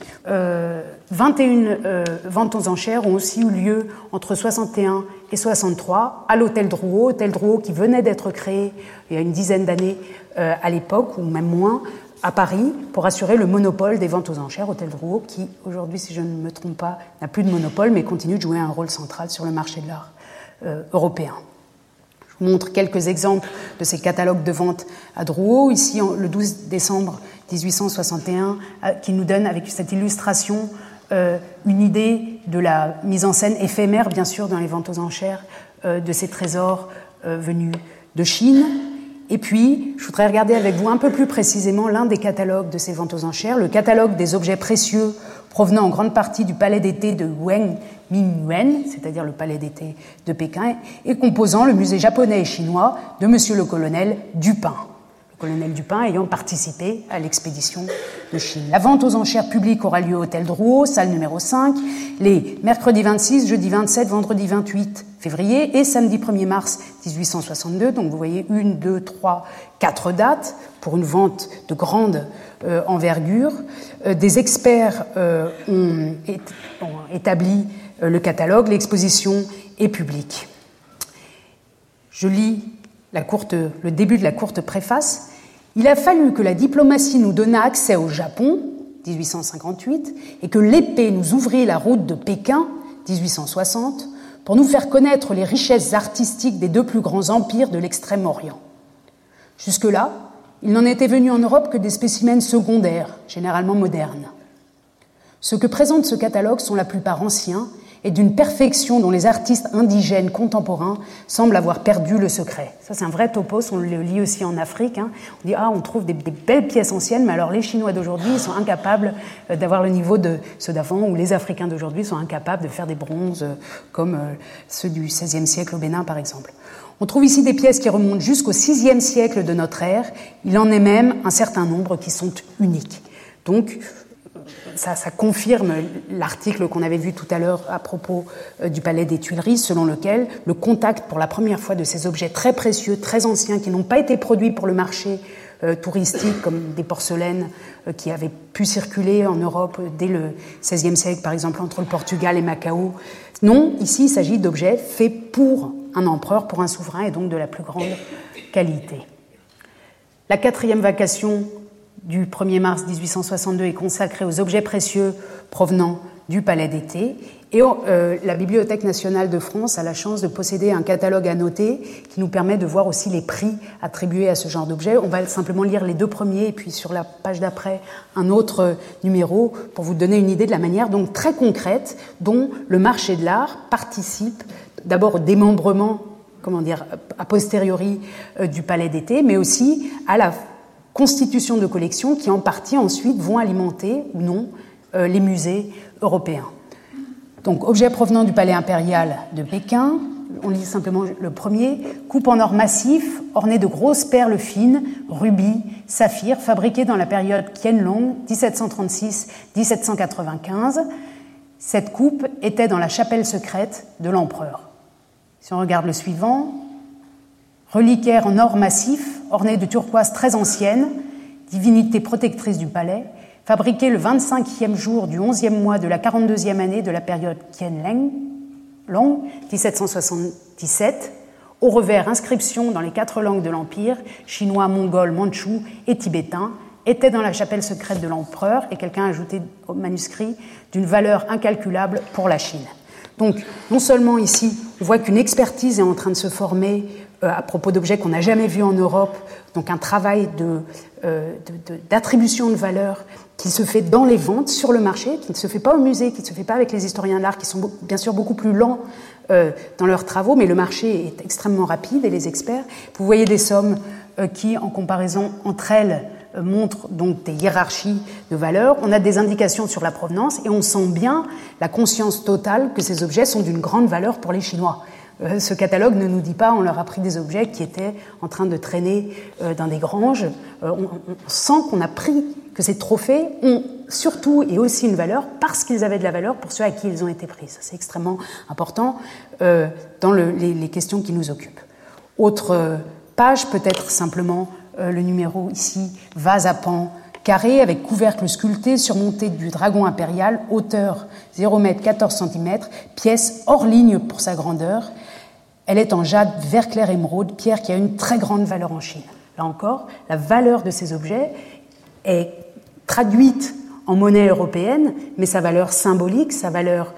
21 ventes aux enchères ont aussi eu lieu entre 61 et 63 à l'hôtel Drouot qui venait d'être créé il y a une dizaine d'années à l'époque, ou même moins, à Paris, pour assurer le monopole des ventes aux enchères. Hôtel Drouot qui, aujourd'hui, si je ne me trompe pas, n'a plus de monopole, mais continue de jouer un rôle central sur le marché de l'art européen. Je vous montre quelques exemples de ces catalogues de vente à Drouot. Ici, le 12 décembre 1861, qui nous donne, avec cette illustration, une idée de la mise en scène éphémère, bien sûr, dans les ventes aux enchères, de ces trésors venus de Chine. Et puis, je voudrais regarder avec vous un peu plus précisément l'un des catalogues de ces ventes aux enchères, le catalogue des objets précieux provenant en grande partie du palais d'été de Weng Mingyuan, c'est-à-dire le palais d'été de Pékin, et composant le musée japonais et chinois de Monsieur le colonel Dupin. Le colonel Dupin ayant participé à l'expédition de Chine. La vente aux enchères publiques aura lieu au Hôtel Drouot, salle numéro 5, les mercredi 26, jeudi 27, vendredi 28 février et samedi 1er mars 1862. Donc vous voyez 1, 2, 3, 4 dates pour une vente de grande envergure. Des experts ont établi le catalogue, l'exposition est publique. Je lis le début de la courte préface. Il a fallu que la diplomatie nous donnât accès au Japon, 1858, et que l'épée nous ouvrit la route de Pékin, 1860, pour nous faire connaître les richesses artistiques des deux plus grands empires de l'Extrême-Orient. Jusque-là, il n'en était venu en Europe que des spécimens secondaires, généralement modernes. Ce que présente ce catalogue sont la plupart anciens et d'une perfection dont les artistes indigènes contemporains semblent avoir perdu le secret. Ça, c'est un vrai topos, on le lit aussi en Afrique. On dit, on trouve des belles pièces anciennes, mais alors les Chinois d'aujourd'hui, ils sont incapables d'avoir le niveau de ceux d'avant, ou les Africains d'aujourd'hui sont incapables de faire des bronzes comme ceux du XVIe siècle au Bénin, par exemple. On trouve ici des pièces qui remontent jusqu'au VIe siècle de notre ère. Il en est même un certain nombre qui sont uniques. Donc, ça confirme l'article qu'on avait vu tout à l'heure à propos du Palais des Tuileries, selon lequel le contact pour la première fois de ces objets très précieux, très anciens, qui n'ont pas été produits pour le marché touristique, comme des porcelaines qui avaient pu circuler en Europe dès le XVIe siècle, par exemple entre le Portugal et Macao. Non, ici il s'agit d'objets faits pour un empereur, pour un souverain, et donc de la plus grande qualité. La 4e vacation du 1er mars 1862 est consacrée aux objets précieux provenant du Palais d'été. Et la Bibliothèque nationale de France a la chance de posséder un catalogue annoté qui nous permet de voir aussi les prix attribués à ce genre d'objets. On va simplement lire les 2 premiers et puis sur la page d'après un autre numéro pour vous donner une idée de la manière donc très concrète dont le marché de l'art participe d'abord au démembrement, a posteriori du Palais d'été, mais aussi à la constitution de collections qui en partie ensuite vont alimenter ou non les musées européens. Donc, objets provenant du palais impérial de Pékin, on lit simplement le premier, coupe en or massif, ornée de grosses perles fines, rubis, saphirs, fabriquées dans la période Qianlong, 1736-1795. Cette coupe était dans la chapelle secrète de l'empereur. Si on regarde le suivant, reliquaire en or massif, orné de turquoises très anciennes, divinité protectrice du palais, fabriqué le 25e jour du 11e mois de la 42e année de la période Qianlong, 1777, au revers inscription dans les 4 langues de l'Empire, chinois, mongol, mandchou et tibétain, était dans la chapelle secrète de l'empereur, et quelqu'un a ajouté au manuscrit d'une valeur incalculable pour la Chine. Donc, non seulement ici, on voit qu'une expertise est en train de se former à propos d'objets qu'on n'a jamais vus en Europe, donc un travail d'attribution de valeur qui se fait dans les ventes, sur le marché, qui ne se fait pas au musée, qui ne se fait pas avec les historiens de l'art, qui sont bien sûr beaucoup plus lents dans leurs travaux, mais le marché est extrêmement rapide et les experts. Vous voyez des sommes qui, en comparaison entre elles, montrent donc des hiérarchies de valeurs. On a des indications sur la provenance et on sent bien la conscience totale que ces objets sont d'une grande valeur pour les Chinois. Ce catalogue ne nous dit pas on leur a pris des objets qui étaient en train de traîner dans des granges. On sent qu'on a pris, que ces trophées ont surtout et aussi une valeur parce qu'ils avaient de la valeur pour ceux à qui ils ont été pris. Ça, c'est extrêmement important dans les questions qui nous occupent. Autre page, peut-être simplement le numéro ici, vase à pan carré avec couvercle sculpté surmonté du dragon impérial, hauteur 0 m 14 cm, pièce hors ligne pour sa grandeur. Elle est en jade vert clair émeraude, pierre qui a une très grande valeur en Chine. Là encore, la valeur de ces objets est traduite en monnaie européenne, mais sa valeur symbolique, sa valeur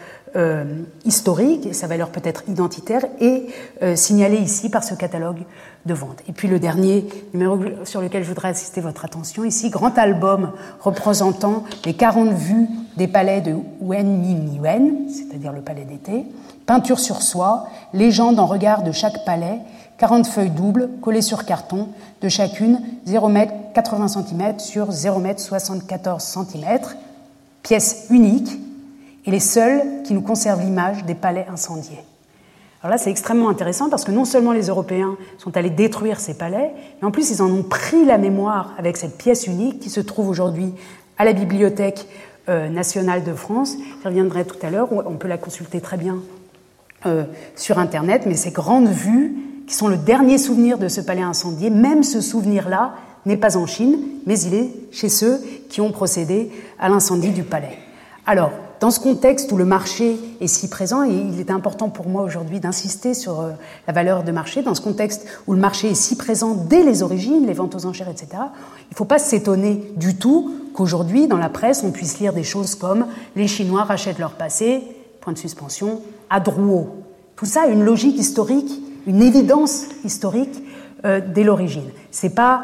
historique, et sa valeur peut-être identitaire est signalée ici par ce catalogue de vente. Et puis le dernier numéro sur lequel je voudrais attirer votre attention ici, grand album représentant les 40 vues des palais de Wen-Yin-Yuen, c'est-à-dire le palais d'été, peinture sur soie, légende en regard de chaque palais, 40 feuilles doubles collées sur carton, de chacune 0 m 80 cm sur 0 m 74 cm, pièce unique, et les seuls qui nous conservent l'image des palais incendiés. Alors là, c'est extrêmement intéressant parce que non seulement les Européens sont allés détruire ces palais, mais en plus, ils en ont pris la mémoire avec cette pièce unique qui se trouve aujourd'hui à la Bibliothèque nationale de France. Je reviendrai tout à l'heure, on peut la consulter très bien sur Internet, mais ces grandes vues qui sont le dernier souvenir de ce palais incendié, même ce souvenir-là n'est pas en Chine, mais il est chez ceux qui ont procédé à l'incendie du palais. Alors, dans ce contexte où le marché est si présent, et il est important pour moi aujourd'hui d'insister sur la valeur de marché, dans ce contexte où le marché est si présent dès les origines, les ventes aux enchères, etc., il ne faut pas s'étonner du tout qu'aujourd'hui, dans la presse, on puisse lire des choses comme « les Chinois rachètent leur passé », point de suspension, à Drouot. Tout ça a une logique historique, une évidence historique dès l'origine. C'est pas...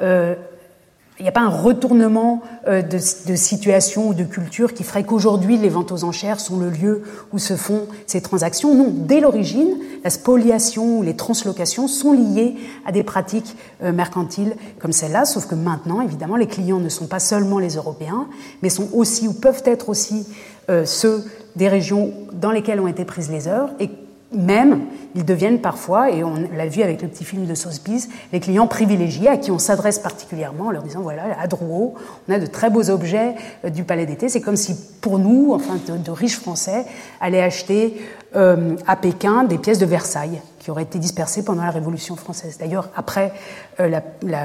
il n'y a pas un retournement de situation ou de culture qui ferait qu'aujourd'hui les ventes aux enchères sont le lieu où se font ces transactions. Non, dès l'origine, la spoliation ou les translocations sont liées à des pratiques mercantiles comme celle-là, sauf que maintenant, évidemment, les clients ne sont pas seulement les Européens, mais sont aussi ou peuvent être aussi ceux des régions dans lesquelles ont été prises les œuvres et même, ils deviennent parfois, et on l'a vu avec le petit film de Sotheby's, les clients privilégiés à qui on s'adresse particulièrement en leur disant, voilà, à Drouot, on a de très beaux objets du Palais d'été. C'est comme si, pour nous, enfin de riches Français, allaient acheter à Pékin des pièces de Versailles qui auraient été dispersées pendant la Révolution française. D'ailleurs, après la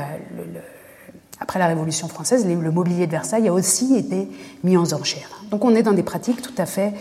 Révolution française, le mobilier de Versailles a aussi été mis en enchères. Donc on est dans des pratiques tout à fait...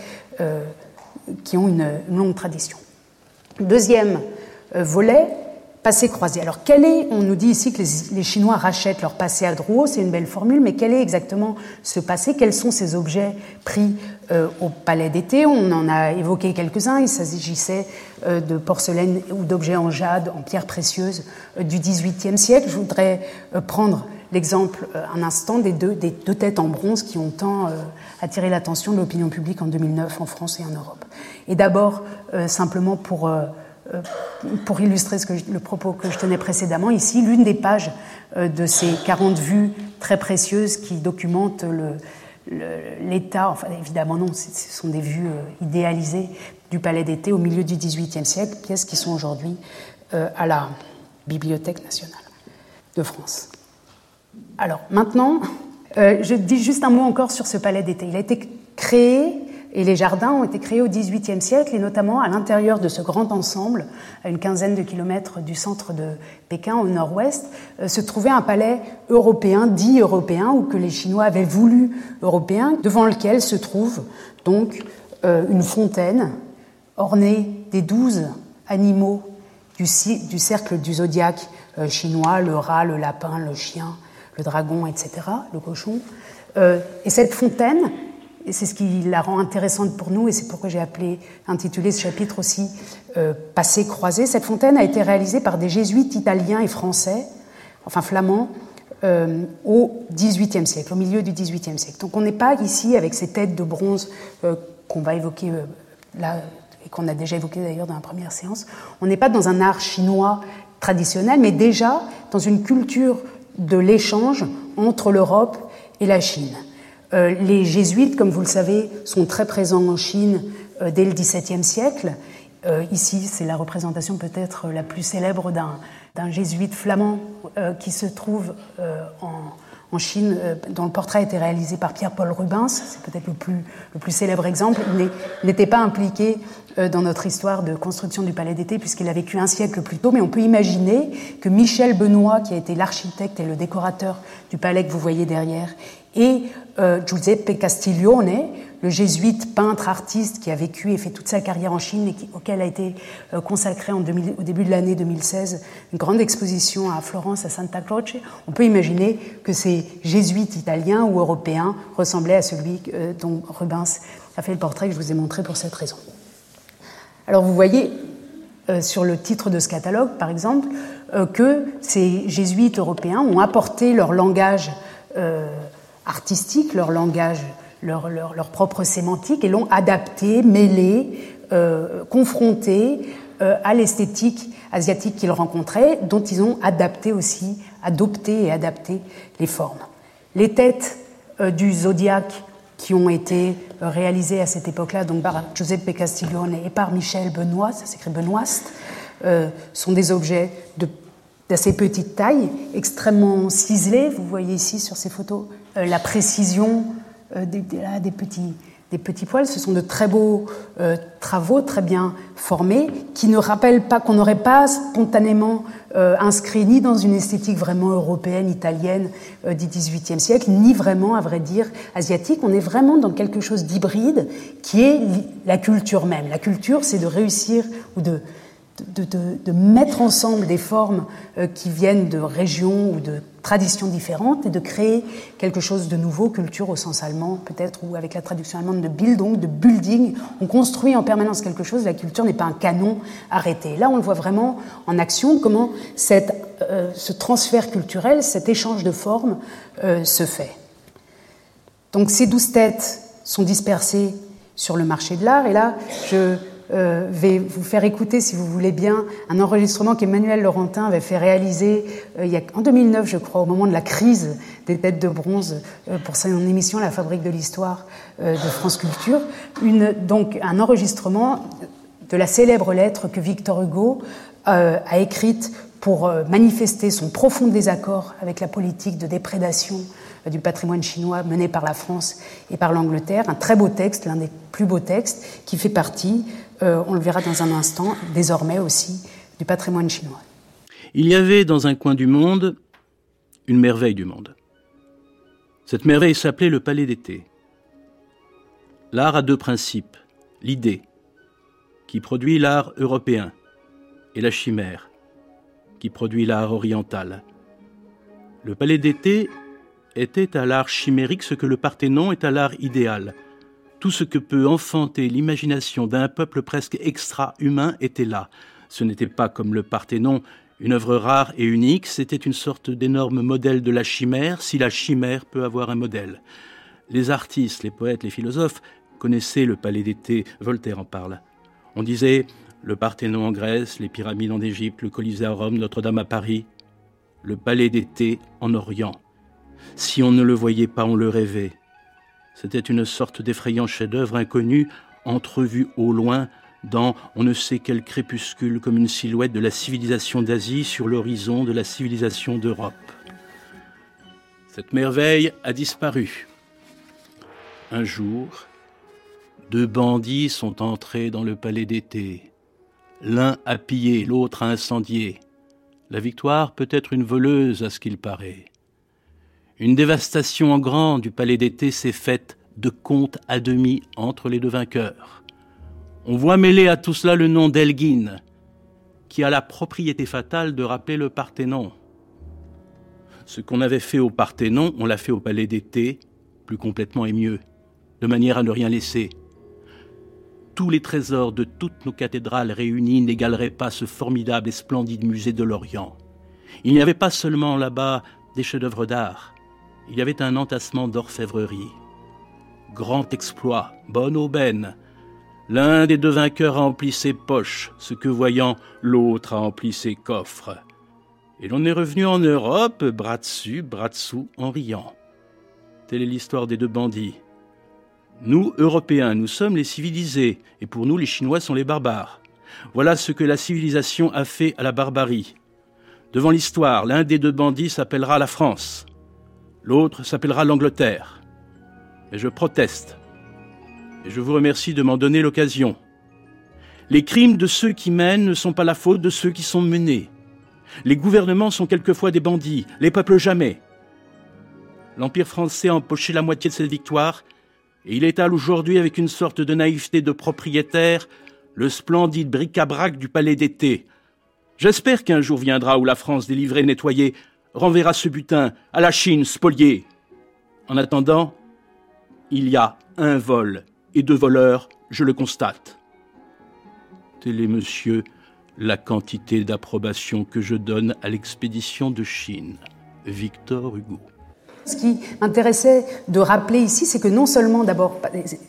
qui ont une longue tradition. Deuxième volet, passé croisé. Alors, on nous dit ici que les Chinois rachètent leur passé à Drouot, c'est une belle formule, mais quel est exactement ce passé? Quels sont ces objets pris au Palais d'été? On en a évoqué quelques-uns. Il s'agissait de porcelaine ou d'objets en jade, en pierres précieuses du XVIIIe siècle. Je voudrais prendre l'exemple un instant des deux têtes en bronze qui ont tant attiré l'attention de l'opinion publique en 2009 en France et en Europe. Et d'abord, simplement pour illustrer le propos que je tenais précédemment, ici, l'une des pages de ces 40 vues très précieuses qui documentent l'état, enfin évidemment non, ce sont des vues idéalisées du Palais d'été au milieu du XVIIIe siècle, pièces qui sont aujourd'hui à la Bibliothèque nationale de France. Alors maintenant, je dis juste un mot encore sur ce palais d'été. Il a été créé, et les jardins ont été créés au XVIIIe siècle, et notamment à l'intérieur de ce grand ensemble, à une quinzaine de kilomètres du centre de Pékin, au nord-ouest, se trouvait un palais européen, dit européen, ou que les Chinois avaient voulu européen, devant lequel se trouve donc une fontaine ornée des 12 animaux du cercle du zodiaque chinois, le rat, le lapin, le chien, le dragon, etc., le cochon. Et cette fontaine, et c'est ce qui la rend intéressante pour nous, et c'est pourquoi j'ai intitulé ce chapitre aussi « Passé croisé », cette fontaine a été réalisée par des jésuites italiens et français, enfin flamands, au XVIIIe siècle, au milieu du XVIIIe siècle. Donc on n'est pas ici avec ces têtes de bronze qu'on va évoquer là, et qu'on a déjà évoqué d'ailleurs dans la première séance. On n'est pas dans un art chinois traditionnel, mais déjà dans une culture de l'échange entre l'Europe et la Chine. Les jésuites, comme vous le savez, sont très présents en Chine dès le XVIIe siècle. Ici, c'est la représentation peut-être la plus célèbre d'un jésuite flamand qui se trouve en Chine, dont le portrait a été réalisé par Pierre-Paul Rubens. C'est peut-être le plus célèbre exemple. Il n'était pas impliqué dans notre histoire de construction du Palais d'été, puisqu'il a vécu un siècle plus tôt, mais on peut imaginer que Michel Benoît, qui a été l'architecte et le décorateur du palais que vous voyez derrière, et Giuseppe Castiglione, le jésuite peintre artiste qui a vécu et fait toute sa carrière en Chine et auquel a été consacré au début de l'année 2016 une grande exposition à Florence, à Santa Croce. On peut imaginer que ces jésuites italiens ou européens ressemblaient à celui dont Rubens a fait le portrait que je vous ai montré pour cette raison. Alors vous voyez sur le titre de ce catalogue, par exemple, que ces jésuites européens ont apporté leur langage artistique, leur langage, leur propre sémantique, et l'ont adapté, mêlé, confronté à l'esthétique asiatique qu'ils rencontraient, dont ils ont adopté les formes. Les têtes du zodiaque qui ont été réalisés à cette époque-là, donc par Giuseppe Castiglione et par Michel Benoist, ça s'écrit Benoist, sont des objets d'assez petite taille, extrêmement ciselés. Vous voyez ici sur ces photos la précision des petits poils. Ce sont de très beaux travaux, très bien formés, qui ne rappellent pas, qu'on n'aurait pas spontanément inscrit ni dans une esthétique vraiment européenne, italienne du XVIIIe siècle, ni vraiment, à vrai dire, asiatique. On est vraiment dans quelque chose d'hybride qui est la culture même. La culture, c'est de réussir ou de mettre ensemble des formes qui viennent de régions ou de traditions différentes et de créer quelque chose de nouveau, culture au sens allemand peut-être, ou avec la traduction allemande de Bildung, de Building. On construit en permanence quelque chose, la culture n'est pas un canon arrêté. Là, on le voit vraiment en action, comment ce transfert culturel, cet échange de formes se fait. Donc ces 12 têtes sont dispersées sur le marché de l'art, et là, je vais vous faire écouter, si vous voulez bien, un enregistrement qu'Emmanuel Laurentin avait fait réaliser en 2009, je crois, au moment de la crise des têtes de bronze pour son émission La Fabrique de l'Histoire de France Culture. Donc un enregistrement de la célèbre lettre que Victor Hugo a écrite pour manifester son profond désaccord avec la politique de déprédation du patrimoine chinois mené par la France et par l'Angleterre. Un très beau texte, l'un des plus beaux textes, qui fait partie, on le verra dans un instant, désormais aussi, du patrimoine chinois. Il y avait dans un coin du monde une merveille du monde. Cette merveille s'appelait le Palais d'été. L'art a deux principes. L'idée, qui produit l'art européen, et la chimère, qui produit l'art oriental. Le Palais d'été était à l'art chimérique ce que le Parthénon est à l'art idéal. Tout ce que peut enfanter l'imagination d'un peuple presque extra-humain était là. Ce n'était pas comme le Parthénon, une œuvre rare et unique, c'était une sorte d'énorme modèle de la chimère, si la chimère peut avoir un modèle. Les artistes, les poètes, les philosophes connaissaient le Palais d'été, Voltaire en parle. On disait le Parthénon en Grèce, les pyramides en Égypte, le Colisée à Rome, Notre-Dame à Paris, le Palais d'été en Orient. Si on ne le voyait pas, on le rêvait. C'était une sorte d'effrayant chef-d'œuvre inconnu, entrevu au loin, dans on ne sait quel crépuscule, comme une silhouette de la civilisation d'Asie sur l'horizon de la civilisation d'Europe. Cette merveille a disparu. Un jour, 2 bandits sont entrés dans le Palais d'été. L'un a pillé, l'autre a incendié. La victoire peut être une voleuse à ce qu'il paraît. Une dévastation en grand du Palais d'été s'est faite de compte à demi entre les 2 vainqueurs. On voit mêler à tout cela le nom d'Elgin, qui a la propriété fatale de rappeler le Parthénon. Ce qu'on avait fait au Parthénon, on l'a fait au Palais d'été, plus complètement et mieux, de manière à ne rien laisser. Tous les trésors de toutes nos cathédrales réunies n'égaleraient pas ce formidable et splendide musée de l'Orient. Il n'y avait pas seulement là-bas des chefs-d'œuvre d'art, il y avait un entassement d'orfèvrerie. Grand exploit, bonne aubaine. L'un des 2 vainqueurs a empli ses poches, ce que voyant, l'autre a empli ses coffres. Et l'on est revenu en Europe, bras dessus, bras dessous, en riant. Telle est l'histoire des 2 bandits. Nous, Européens, nous sommes les civilisés, et pour nous, les Chinois sont les barbares. Voilà ce que la civilisation a fait à la barbarie. Devant l'histoire, l'un des 2 bandits s'appellera la France. L'autre s'appellera l'Angleterre. Et je proteste. Et je vous remercie de m'en donner l'occasion. Les crimes de ceux qui mènent ne sont pas la faute de ceux qui sont menés. Les gouvernements sont quelquefois des bandits, les peuples jamais. L'Empire français a empoché la moitié de cette victoire, et il étale aujourd'hui avec une sorte de naïveté de propriétaire le splendide bric-à-brac du Palais d'été. J'espère qu'un jour viendra où la France délivrée, nettoyée, renverra ce butin à la Chine spoliée. En attendant, il y a 1 vol et 2 voleurs, je le constate. Telle est, monsieur, la quantité d'approbation que je donne à l'expédition de Chine. Victor Hugo. Ce qui m'intéressait de rappeler ici, c'est que non seulement d'abord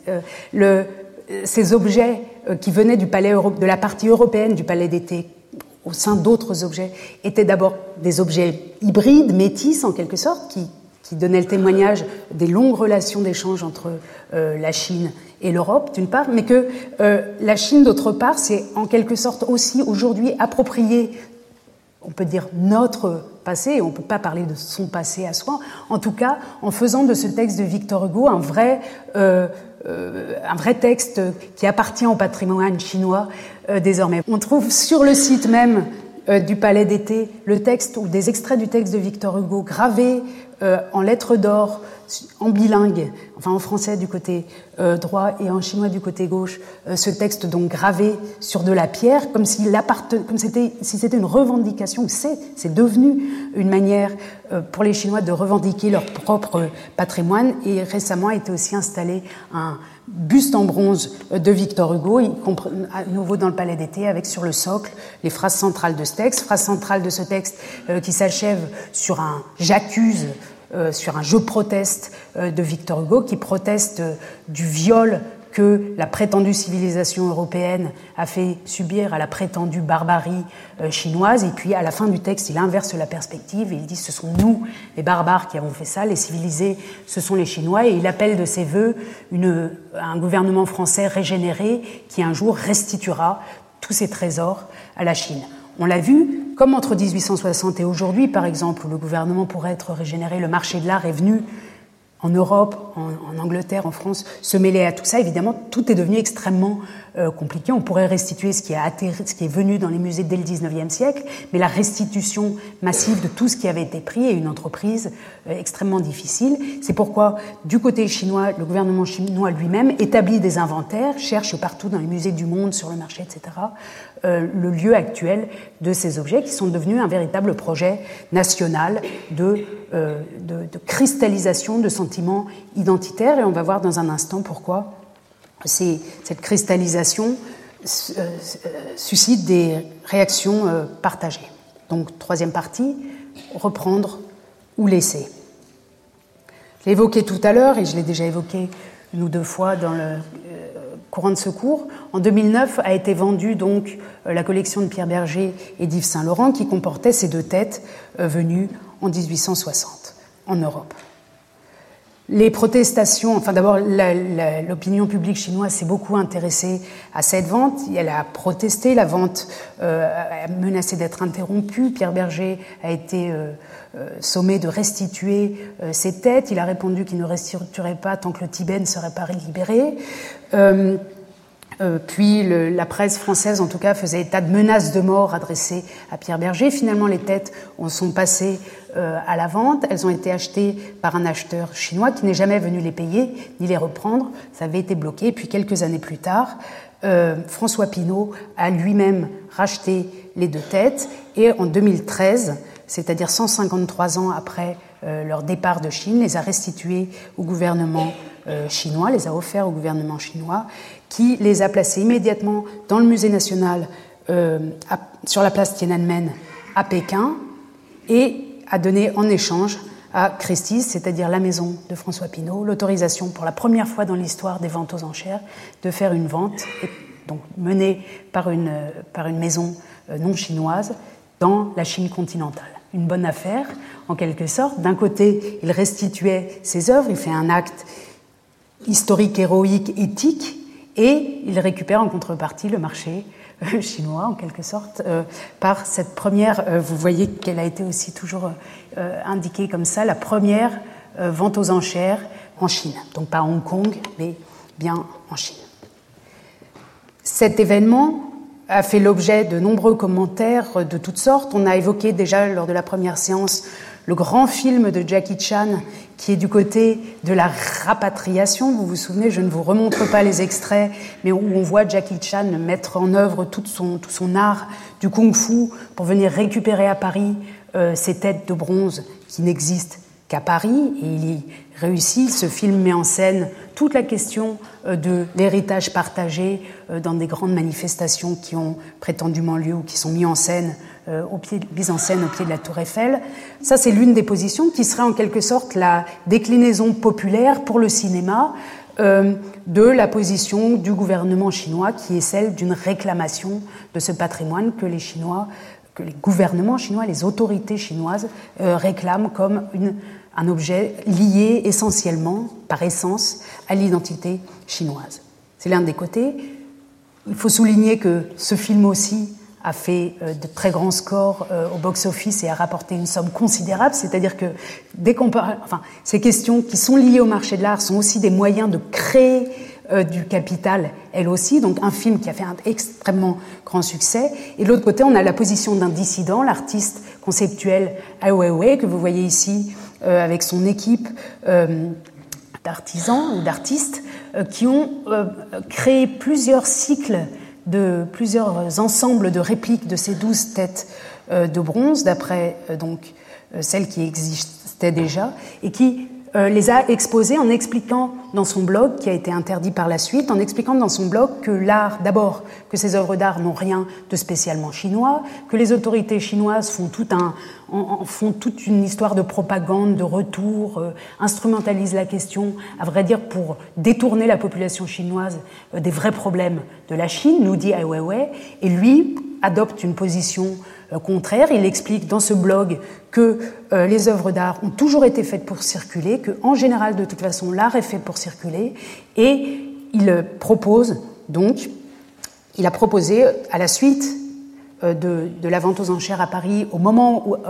ces objets qui venaient du palais de la partie européenne du Palais d'été, au sein d'autres objets, étaient d'abord des objets hybrides, métis en quelque sorte, qui qui donnait le témoignage des longues relations d'échange entre la Chine et l'Europe, d'une part, mais que la Chine, d'autre part, c'est en quelque sorte aussi aujourd'hui approprié, on peut dire, notre passé, on ne peut pas parler de son passé à soi, en tout cas en faisant de ce texte de Victor Hugo un vrai texte qui appartient au patrimoine chinois désormais. On trouve sur le site même du Palais d'été le texte ou des extraits du texte de Victor Hugo gravés en lettres d'or, en bilingue, enfin en français du côté droit et en chinois du côté gauche, ce texte donc gravé sur de la pierre, comme si c'était une revendication, c'est devenu une manière pour les Chinois de revendiquer leur propre patrimoine. Et récemment a été aussi installé un buste en bronze de Victor Hugo, à nouveau dans le Palais d'été, avec sur le socle les phrases centrales de ce texte, qui s'achève sur un « j'accuse », sur un « je proteste » de Victor Hugo, qui proteste du viol que la prétendue civilisation européenne a fait subir à la prétendue barbarie chinoise. Et puis, à la fin du texte, il inverse la perspective et il dit « ce sont nous, les barbares, qui avons fait ça, les civilisés, ce sont les Chinois ». Et il appelle de ses vœux un gouvernement français régénéré qui, un jour, restituera tous ses trésors à la Chine. On l'a vu, comme entre 1860 et aujourd'hui, par exemple, où le gouvernement pourrait être régénéré, le marché de l'art est venu en Europe, en Angleterre, en France, se mêler à tout ça. Évidemment, tout est devenu extrêmement compliqué. On pourrait restituer ce qui est venu dans les musées dès le 19e siècle, mais la restitution massive de tout ce qui avait été pris est une entreprise extrêmement difficile. C'est pourquoi, du côté chinois, le gouvernement chinois lui-même établit des inventaires, cherche partout dans les musées du monde, sur le marché, etc., le lieu actuel de ces objets qui sont devenus un véritable projet national de cristallisation de sentiments identitaires. Et on va voir dans un instant pourquoi cette cristallisation suscite des réactions partagées. Donc, troisième partie, reprendre ou laisser. Je l'ai évoqué tout à l'heure et je l'ai déjà évoqué une ou deux fois dans le courant de ce cours. En 2009 a été vendue donc la collection de Pierre Bergé et d'Yves Saint-Laurent qui comportait ces deux têtes venues en 1860 en Europe. Les protestations, enfin d'abord l'opinion publique chinoise s'est beaucoup intéressée à cette vente. Elle a protesté, la vente a menacé d'être interrompue. Pierre Bergé a été sommé de restituer ses têtes. Il a répondu qu'il ne restituerait pas tant que le Tibet ne serait pas libéré. Puis la presse française, en tout cas, faisait état de menaces de mort adressées à Pierre Bergé. Finalement, les têtes sont passées à la vente. Elles ont été achetées par un acheteur chinois qui n'est jamais venu les payer ni les reprendre. Ça avait été bloqué. Puis quelques années plus tard, François Pinault a lui-même racheté les deux têtes. Et en 2013, c'est-à-dire 153 ans après leur départ de Chine, les a restituées au gouvernement chinois, les a offerts au gouvernement chinois, qui les a placés immédiatement dans le musée national sur la place Tiananmen à Pékin et a donné en échange à Christie's, c'est-à-dire la maison de François Pinault, l'autorisation pour la première fois dans l'histoire des ventes aux enchères de faire une vente, donc menée par une maison non chinoise dans la Chine continentale. Une bonne affaire, en quelque sorte. D'un côté, il restituait ses œuvres, il fait un acte historique, héroïque, éthique, et il récupère en contrepartie le marché chinois, en quelque sorte, par cette première, vous voyez qu'elle a été aussi toujours indiquée comme ça, la première vente aux enchères en Chine. Donc pas à Hong Kong, mais bien en Chine. Cet événement a fait l'objet de nombreux commentaires de toutes sortes. On a évoqué déjà lors de la première séance le grand film de Jackie Chan qui est du côté de la rapatriation. Vous vous souvenez, je ne vous remontre pas les extraits, mais où on voit Jackie Chan mettre en œuvre tout son art du kung-fu pour venir récupérer à Paris ces têtes de bronze qui n'existent qu'à Paris, et il y réussit. Ce film met en scène toute la question de l'héritage partagé dans des grandes manifestations qui ont prétendument lieu ou qui sont mises en scène au pied de la Tour Eiffel. Ça, c'est l'une des positions qui serait en quelque sorte la déclinaison populaire pour le cinéma de la position du gouvernement chinois, qui est celle d'une réclamation de ce patrimoine que les gouvernements chinois, les autorités chinoises réclament comme une un objet lié essentiellement, par essence, à l'identité chinoise. C'est l'un des côtés. Il faut souligner que ce film aussi a fait de très grands scores au box-office et a rapporté une somme considérable, c'est-à-dire que dès qu'on parle, ces questions qui sont liées au marché de l'art sont aussi des moyens de créer du capital, elle aussi, donc un film qui a fait un extrêmement grand succès. Et de l'autre côté, on a la position d'un dissident, l'artiste conceptuel Ai Weiwei, que vous voyez ici avec son équipe d'artisans ou d'artistes qui ont créé plusieurs cycles plusieurs ensembles de répliques de ces 12 têtes de bronze, d'après celles qui existaient déjà, et qui les a exposées en expliquant dans son blog, qui a été interdit par la suite, en expliquant dans son blog que l'art, d'abord, que ces œuvres d'art n'ont rien de spécialement chinois, que les autorités chinoises font toute une histoire de propagande, de retour, instrumentalisent la question, à vrai dire, pour détourner la population chinoise des vrais problèmes de la Chine, nous dit Ai Weiwei, et lui adopte une position contraire. Il explique dans ce blog que les œuvres d'art ont toujours été faites pour circuler, qu'en général, de toute façon, l'art est fait pour circuler, et il propose donc, il a proposé à la suite de la vente aux enchères à Paris, au moment où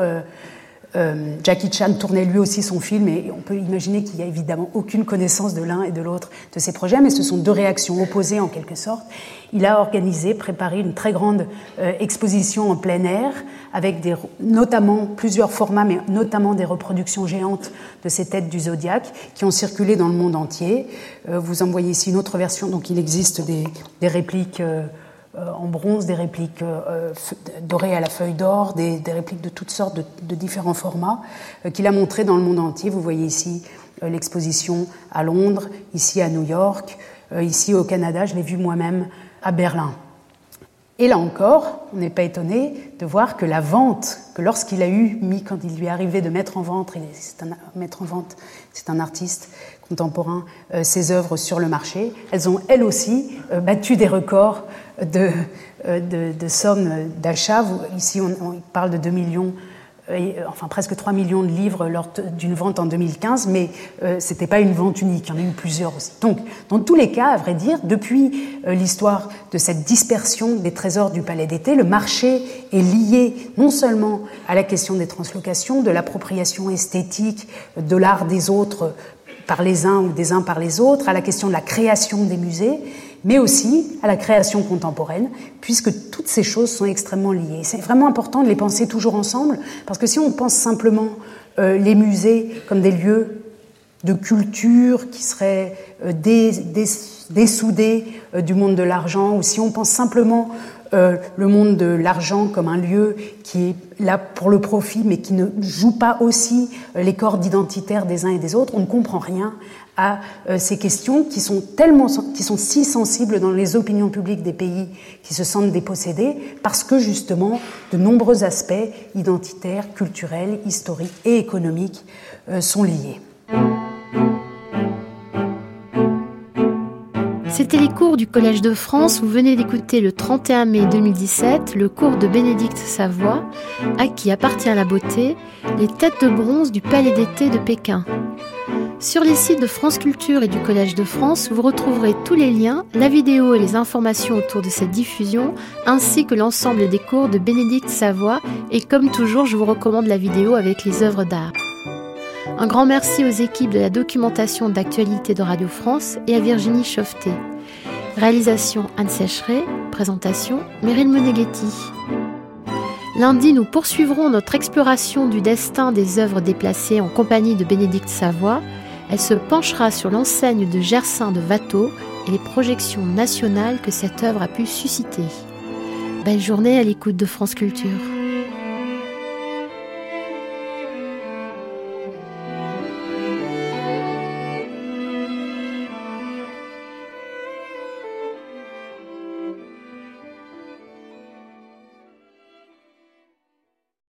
Jackie Chan tournait lui aussi son film, et on peut imaginer qu'il n'y a évidemment aucune connaissance de l'un et de l'autre de ces projets, mais ce sont deux réactions opposées en quelque sorte. Il a préparé une très grande exposition en plein air, avec notamment plusieurs formats, mais notamment des reproductions géantes de ces têtes du zodiaque qui ont circulé dans le monde entier. Vous en voyez ici une autre version, donc il existe des répliques en bronze, des répliques dorées à la feuille d'or, des répliques de toutes sortes de différents formats qu'il a montrées dans le monde entier. Vous voyez ici l'exposition à Londres, ici à New York, ici au Canada, je l'ai vu moi-même à Berlin. Et là encore, on n'est pas étonné de voir que la vente, que lorsqu'il a quand il lui est arrivé de mettre en vente, c'est un artiste contemporain, ses œuvres sur le marché, elles ont elles aussi battu des records de sommes d'achat. Ici, on parle de 2 millions, presque 3 millions de livres lors d'une vente en 2015, mais ce n'était pas une vente unique, il y en a eu plusieurs aussi. Donc, dans tous les cas, à vrai dire, depuis l'histoire de cette dispersion des trésors du Palais d'été, le marché est lié non seulement à la question des translocations, de l'appropriation esthétique de l'art des autres par les uns ou des uns par les autres, à la question de la création des musées, mais aussi à la création contemporaine, puisque toutes ces choses sont extrêmement liées. C'est vraiment important de les penser toujours ensemble, parce que si on pense simplement les musées comme des lieux de culture qui seraient dessoudés du monde de l'argent, ou si on pense simplement le monde de l'argent comme un lieu qui est là pour le profit, mais qui ne joue pas aussi les cordes identitaires des uns et des autres, on ne comprend rien à ces questions qui sont si sensibles dans les opinions publiques des pays qui se sentent dépossédés, parce que justement de nombreux aspects identitaires, culturels, historiques et économiques sont liés. C'était les cours du Collège de France. Vous venez d'écouter le 31 mai 2017 le cours de Bénédicte Savoie, à qui appartient la beauté, les têtes de bronze du Palais d'été de Pékin. Sur les sites de France Culture et du Collège de France, vous retrouverez tous les liens, la vidéo et les informations autour de cette diffusion, ainsi que l'ensemble des cours de Bénédicte Savoie. Et comme toujours, je vous recommande la vidéo avec les œuvres d'art. Un grand merci aux équipes de la documentation d'actualité de Radio France et à Virginie Chauveté. Réalisation Anne Sécheret, présentation Meryl Moneghetti. Lundi, nous poursuivrons notre exploration du destin des œuvres déplacées en compagnie de Bénédicte Savoie. Elle se penchera sur l'enseigne de Gersaint de Watteau et les projections nationales que cette œuvre a pu susciter. Belle journée à l'écoute de France Culture.